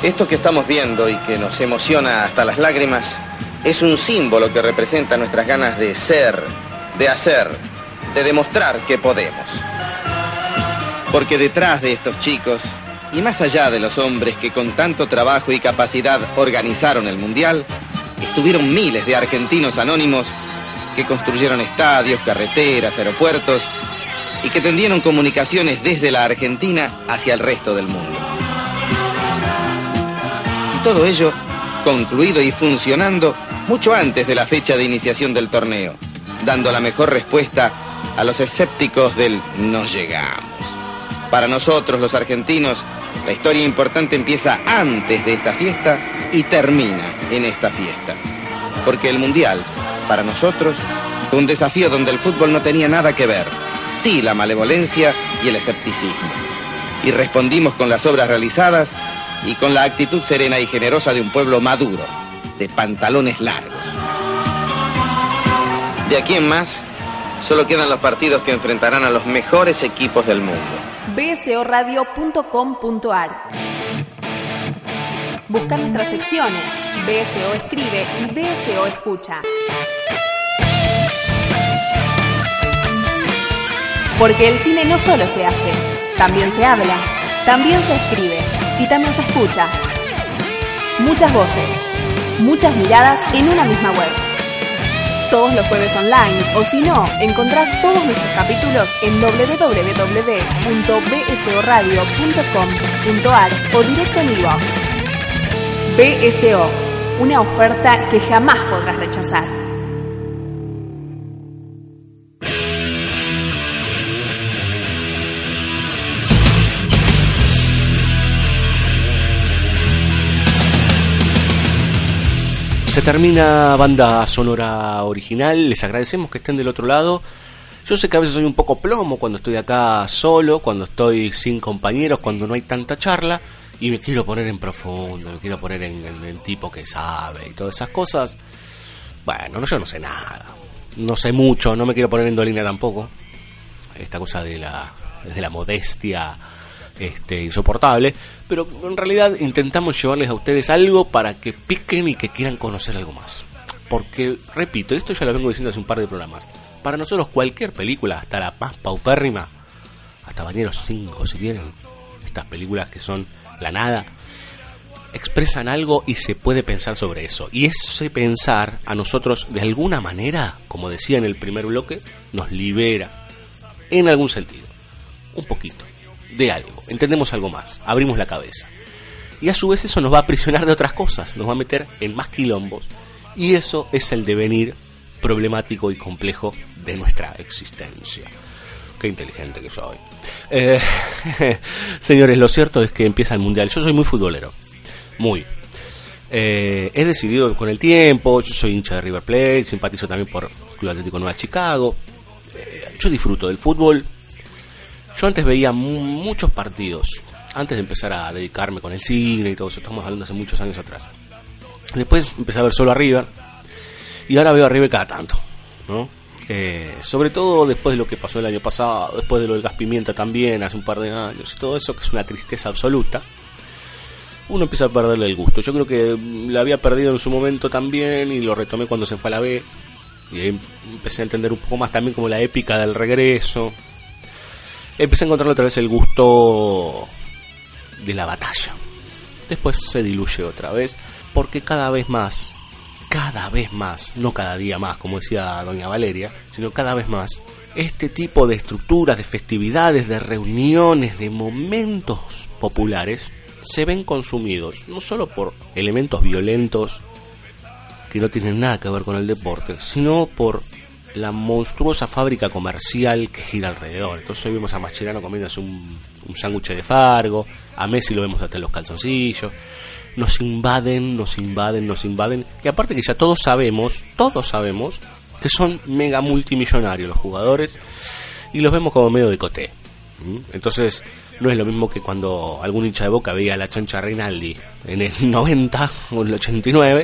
Esto que estamos viendo y que nos emociona hasta las lágrimas es un símbolo que representa nuestras ganas de ser, de hacer, de demostrar que podemos. Porque detrás de estos chicos, y más allá de los hombres que con tanto trabajo y capacidad organizaron el Mundial, estuvieron miles de argentinos anónimos que construyeron estadios, carreteras, aeropuertos y que tendieron comunicaciones desde la Argentina hacia el resto del mundo. Y todo ello concluido y funcionando mucho antes de la fecha de iniciación del torneo, dando la mejor respuesta a los escépticos del "no llegamos". Para nosotros, los argentinos, la historia importante empieza antes de esta fiesta y termina en esta fiesta. Porque el Mundial, para nosotros, fue un desafío donde el fútbol no tenía nada que ver, sí la malevolencia y el escepticismo. Y respondimos con las obras realizadas y con la actitud serena y generosa de un pueblo maduro, de pantalones largos. De aquí en más, solo quedan los partidos que enfrentarán a los mejores equipos del mundo. b s o radio punto com punto a r. Busca nuestras secciones, B S O Escribe y B S O Escucha. Porque el cine no solo se hace, también se habla, también se escribe y también se escucha. Muchas voces, muchas miradas en una misma web. Todos los jueves online, o si no, encontrás todos nuestros capítulos en w w w punto b s o radio punto com punto a r o directo en iVoox. B S O, una oferta que jamás podrás rechazar. Se termina banda sonora original, les agradecemos que estén del otro lado. Yo sé que a veces soy un poco plomo cuando estoy acá solo, cuando estoy sin compañeros, cuando no hay tanta charla, y me quiero poner en profundo, me quiero poner en el tipo que sabe y todas esas cosas. Bueno, no, yo no sé nada, no sé mucho, no me quiero poner en dolina tampoco. Esta cosa de la, de la modestia Este, insoportable, pero en realidad intentamos llevarles a ustedes algo para que piquen y que quieran conocer algo más. Porque, repito, esto ya lo vengo diciendo hace un par de programas, para nosotros cualquier película, hasta la más paupérrima, hasta Bañeros cinco si quieren, estas películas que son la nada, expresan algo y se puede pensar sobre eso. Y ese pensar a nosotros, de alguna manera, como decía en el primer bloque, nos libera, en algún sentido, un poquito de algo, entendemos algo más, abrimos la cabeza y a su vez eso nos va a aprisionar de otras cosas, nos va a meter en más quilombos y eso es el devenir problemático y complejo de nuestra existencia. Qué inteligente que soy. Eh, señores, lo cierto es que empieza el Mundial. Yo soy muy futbolero, muy eh, he decidido con el tiempo, yo soy hincha de River Plate, simpatizo también por Club Atlético Nueva Chicago, eh, yo disfruto del fútbol. Yo antes veía muchos partidos, antes de empezar a dedicarme con el cine y todo eso, estamos hablando hace muchos años atrás. Después empecé a ver solo a River, y ahora veo a River cada tanto, ¿no? Eh, sobre todo después de lo que pasó el año pasado, después de lo del gas pimienta también, hace un par de años, y todo eso, que es una tristeza absoluta, uno empieza a perderle el gusto. Yo creo que la había perdido en su momento también, y lo retomé cuando se fue a la B, y ahí empecé a entender un poco más también como la épica del regreso. Empecé a encontrarle otra vez el gusto de la batalla. Después se diluye otra vez, porque cada vez más, cada vez más, no cada día más, como decía doña Valeria, sino cada vez más, este tipo de estructuras, de festividades, de reuniones, de momentos populares, se ven consumidos, no solo por elementos violentos que no tienen nada que ver con el deporte, sino por la monstruosa fábrica comercial que gira alrededor. Entonces hoy vemos a Mascherano comiéndose un, un sándwich de Fargo, a Messi lo vemos hasta en los calzoncillos. Nos invaden, nos invaden, nos invaden. Y aparte que ya todos sabemos, todos sabemos que son mega multimillonarios los jugadores y los vemos como medio de coté. Entonces no es lo mismo que cuando algún hincha de Boca veía a la Chancha Reinaldi en el noventa o en el ochenta y nueve,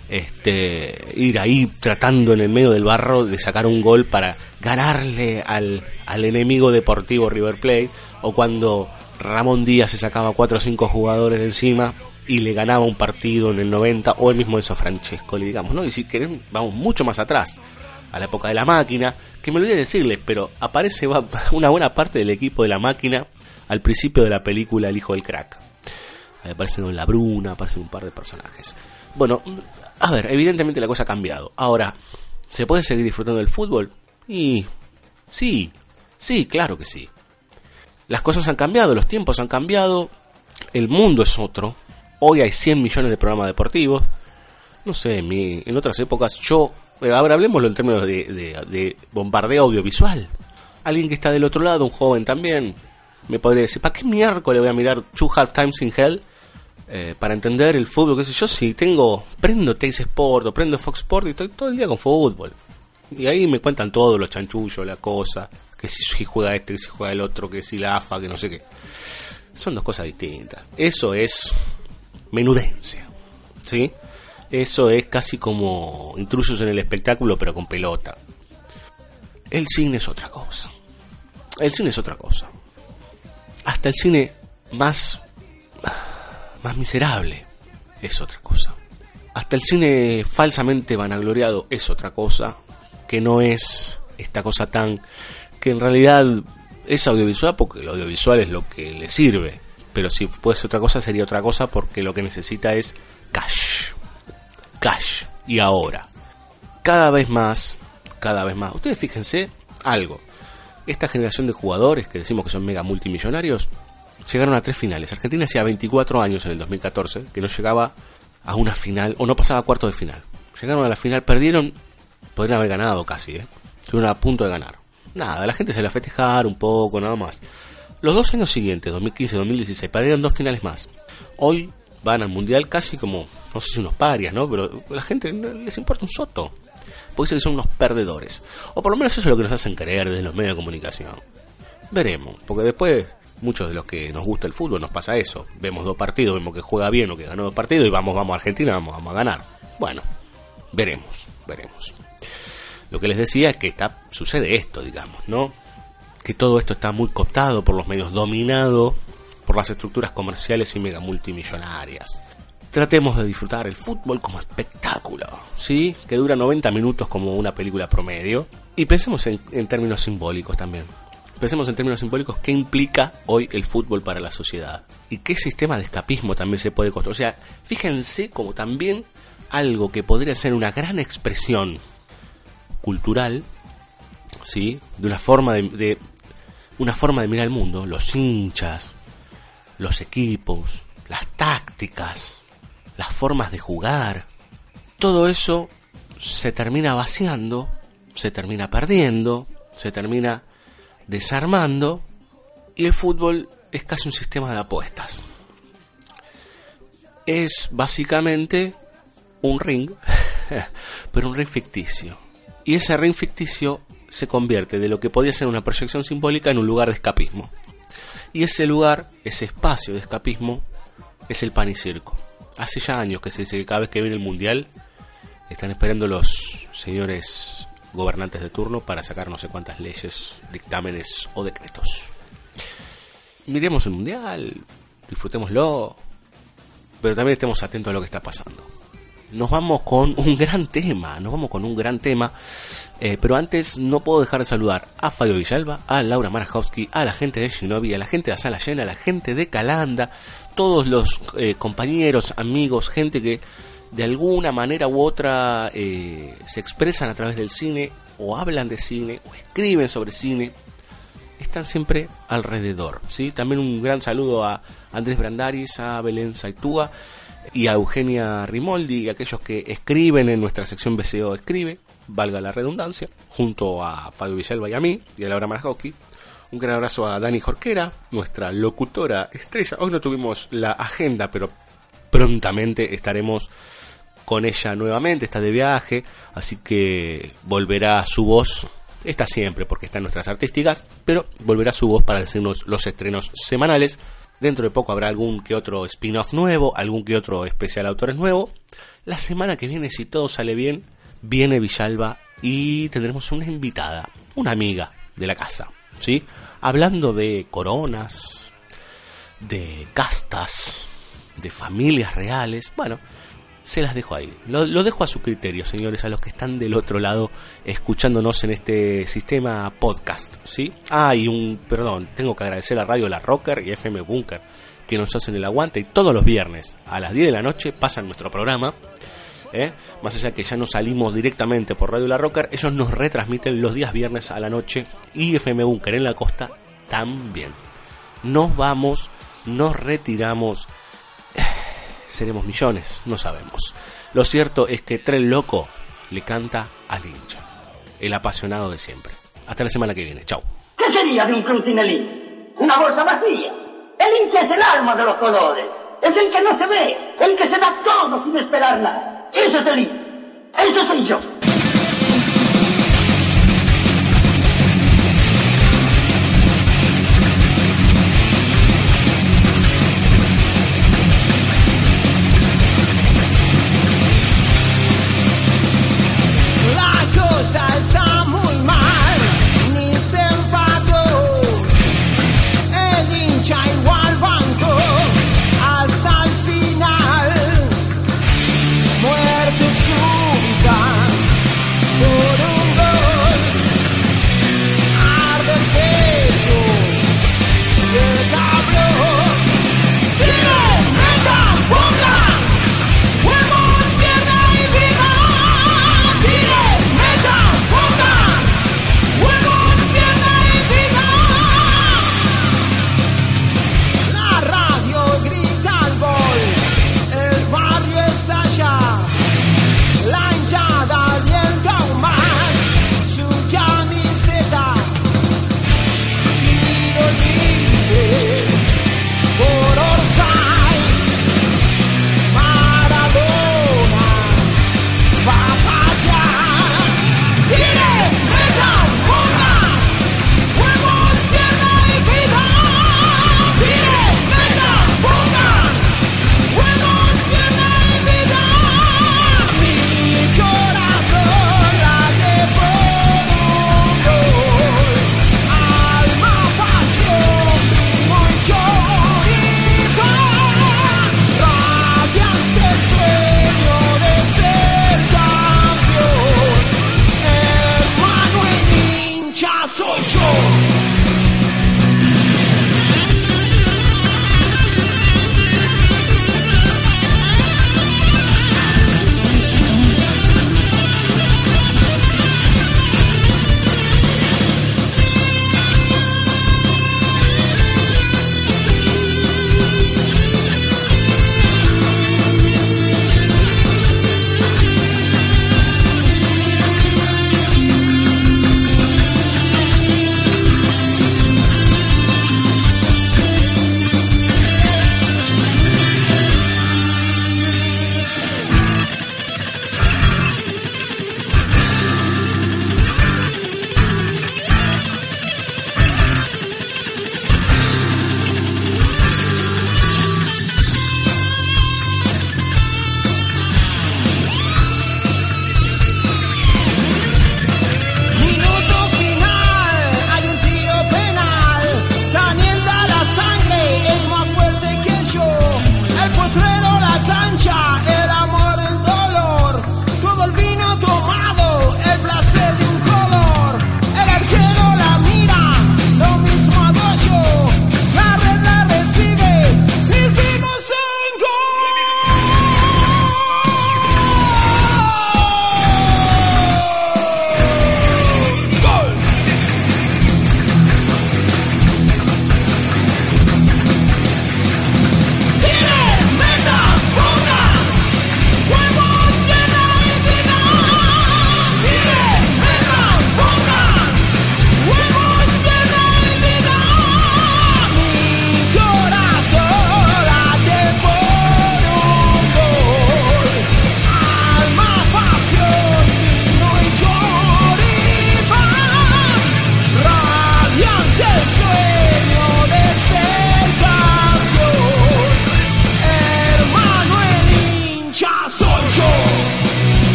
este, ir ahí tratando en el medio del barro de sacar un gol para ganarle al, al enemigo deportivo River Plate, o cuando Ramón Díaz se sacaba cuatro o cinco jugadores de encima y le ganaba un partido en el noventa, o el mismo Enzo Francescoli, digamos, ¿no? Y si queremos, vamos mucho más atrás, a la época de La Máquina, que me olvidé de decirles, pero aparece una buena parte del equipo de La Máquina al principio de la película El Hijo del Crack. Ahí aparece Don La Bruna, aparecen un par de personajes. Bueno, a ver, evidentemente la cosa ha cambiado. Ahora, ¿se puede seguir disfrutando del fútbol? Y sí, sí, claro que sí. Las cosas han cambiado, los tiempos han cambiado, el mundo es otro. Hoy hay cien millones de programas deportivos. No sé, en, mi, en otras épocas yo... Ahora hablemoslo en términos de, de, de bombardeo audiovisual. Alguien que está del otro lado, un joven también, me podría decir, ¿para qué miércoles voy a mirar Two Half Times in Hell eh, para entender el fútbol? ¿Qué sé yo? Si tengo, prendo Teis Sport o prendo Fox Sport y estoy todo el día con fútbol. Y ahí me cuentan todo, los chanchullos, la cosa, que si juega este, que si juega el otro, que si la A F A, que no sé qué. Son dos cosas distintas. Eso es menudencia, ¿sí? Eso es casi como Intrusos en el espectáculo, pero con pelota. El cine es otra cosa. El cine es otra cosa. Hasta el cine más, más miserable es otra cosa. Hasta el cine falsamente vanagloriado es otra cosa, que no es esta cosa tan... que en realidad es audiovisual, porque el audiovisual es lo que le sirve. Pero si fuese otra cosa, sería otra cosa, porque lo que necesita es cash. Cash. Y ahora, cada vez más, cada vez más. Ustedes fíjense algo. Esta generación de jugadores que decimos que son mega multimillonarios llegaron a tres finales. Argentina hacía veinticuatro años en el dos mil catorce que no llegaba a una final, o no pasaba a cuartos de final. Llegaron a la final, perdieron, podrían haber ganado casi, ¿eh? Estuvieron a punto de ganar. Nada, la gente se la festejar un poco, nada más. Los dos años siguientes, dos mil quince y dos mil dieciséis, perdieron dos finales más. Hoy van al mundial casi como, no sé si unos parias, ¿no? Pero a la gente les importa un soto. Porque dicen que son unos perdedores. O por lo menos eso es lo que nos hacen creer desde los medios de comunicación. Veremos, porque después muchos de los que nos gusta el fútbol nos pasa eso. Vemos dos partidos, vemos que juega bien o que ganó dos partidos y vamos, vamos a Argentina, vamos, vamos a ganar. Bueno, veremos, veremos. Lo que les decía es que está, sucede esto, digamos, ¿no? Que todo esto está muy cooptado por los medios, dominado por las estructuras comerciales y mega multimillonarias. Tratemos de disfrutar el fútbol como espectáculo, ¿sí? Que dura noventa minutos como una película promedio. Y pensemos en, en términos simbólicos también. Pensemos en términos simbólicos qué implica hoy el fútbol para la sociedad. Y qué sistema de escapismo también se puede construir. O sea, fíjense como también algo que podría ser una gran expresión cultural, ¿sí? De una forma de, de una forma de mirar el mundo, los hinchas, los equipos, las tácticas, las formas de jugar, todo eso se termina vaciando, se termina perdiendo, se termina desarmando, y el fútbol es casi un sistema de apuestas. Es básicamente un ring, pero un ring ficticio. Y ese ring ficticio se convierte de lo que podía ser una proyección simbólica en un lugar de escapismo. Y ese lugar, ese espacio de escapismo, es el pan y circo. Hace ya años que se dice que cada vez que viene el mundial están esperando los señores gobernantes de turno para sacar no sé cuántas leyes, dictámenes o decretos. Miremos el mundial, disfrutémoslo, pero también estemos atentos a lo que está pasando. Nos vamos con un gran tema, nos vamos con un gran tema, eh, pero antes no puedo dejar de saludar a Fabio Villalba, a Laura Marajowski, a la gente de Shinobi, a la gente de Sala Llena, a la gente de Calanda, todos los eh, compañeros, amigos, gente que de alguna manera u otra eh, se expresan a través del cine, o hablan de cine, o escriben sobre cine, están siempre alrededor, ¿sí? También un gran saludo a Andrés Brandaris, a Belén Saitúa y a Eugenia Rimoldi, y a aquellos que escriben en nuestra sección B C O Escribe, valga la redundancia, junto a Fabio Villalba y a mí, y a Laura Marajowski. Un gran abrazo a Dani Jorquera, nuestra locutora estrella. Hoy no tuvimos la agenda, pero prontamente estaremos con ella nuevamente, está de viaje, así que volverá su voz, está siempre porque está en nuestras artísticas, pero volverá su voz para decirnos los estrenos semanales. Dentro de poco habrá algún que otro spin-off nuevo, algún que otro especial autores nuevo. La semana que viene, si todo sale bien, viene Villalba y tendremos una invitada, una amiga de la casa, ¿sí? Hablando de coronas, de castas, de familias reales. Bueno, se las dejo ahí. Lo, lo dejo a su criterio, señores, a los que están del otro lado escuchándonos en este sistema podcast, ¿sí? Ah, y un, perdón, tengo que agradecer a Radio La Rocker y F M Bunker que nos hacen el aguante, y todos los viernes a las diez de la noche pasan nuestro programa, ¿eh? Más allá que ya no salimos directamente por Radio La Rocker, ellos nos retransmiten los días viernes a la noche, y F M Bunker en la costa también. Nos vamos, nos retiramos, seremos millones, no sabemos. Lo cierto es que Tren Loco le canta al hincha, el apasionado de siempre. Hasta la semana que viene, chau. ¿Qué sería de un crucinelín? Una bolsa vacía. El hincha es el alma de los colores. Es el que no se ve, el que se da todo sin esperar nada. Eso es el hincha. Eso soy yo. Muerte súbita.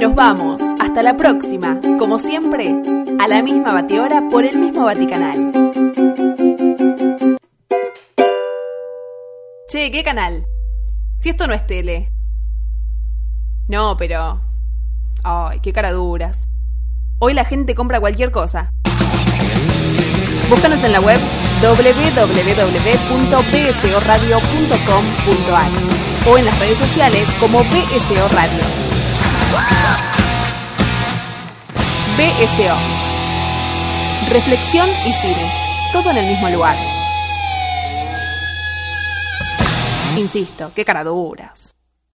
Nos vamos. Hasta la próxima. Como siempre, a la misma batihora por el mismo Vaticanal. Che, ¿qué canal? Si esto no es tele. No, pero... Ay, qué caraduras. Hoy la gente compra cualquier cosa. Búscanos en la web doble u doble u doble u punto b s o radio punto com punto a r o en las redes sociales como B S O Radio. B S O. Reflexión y cine. Todo en el mismo lugar. Insisto, qué caraduras.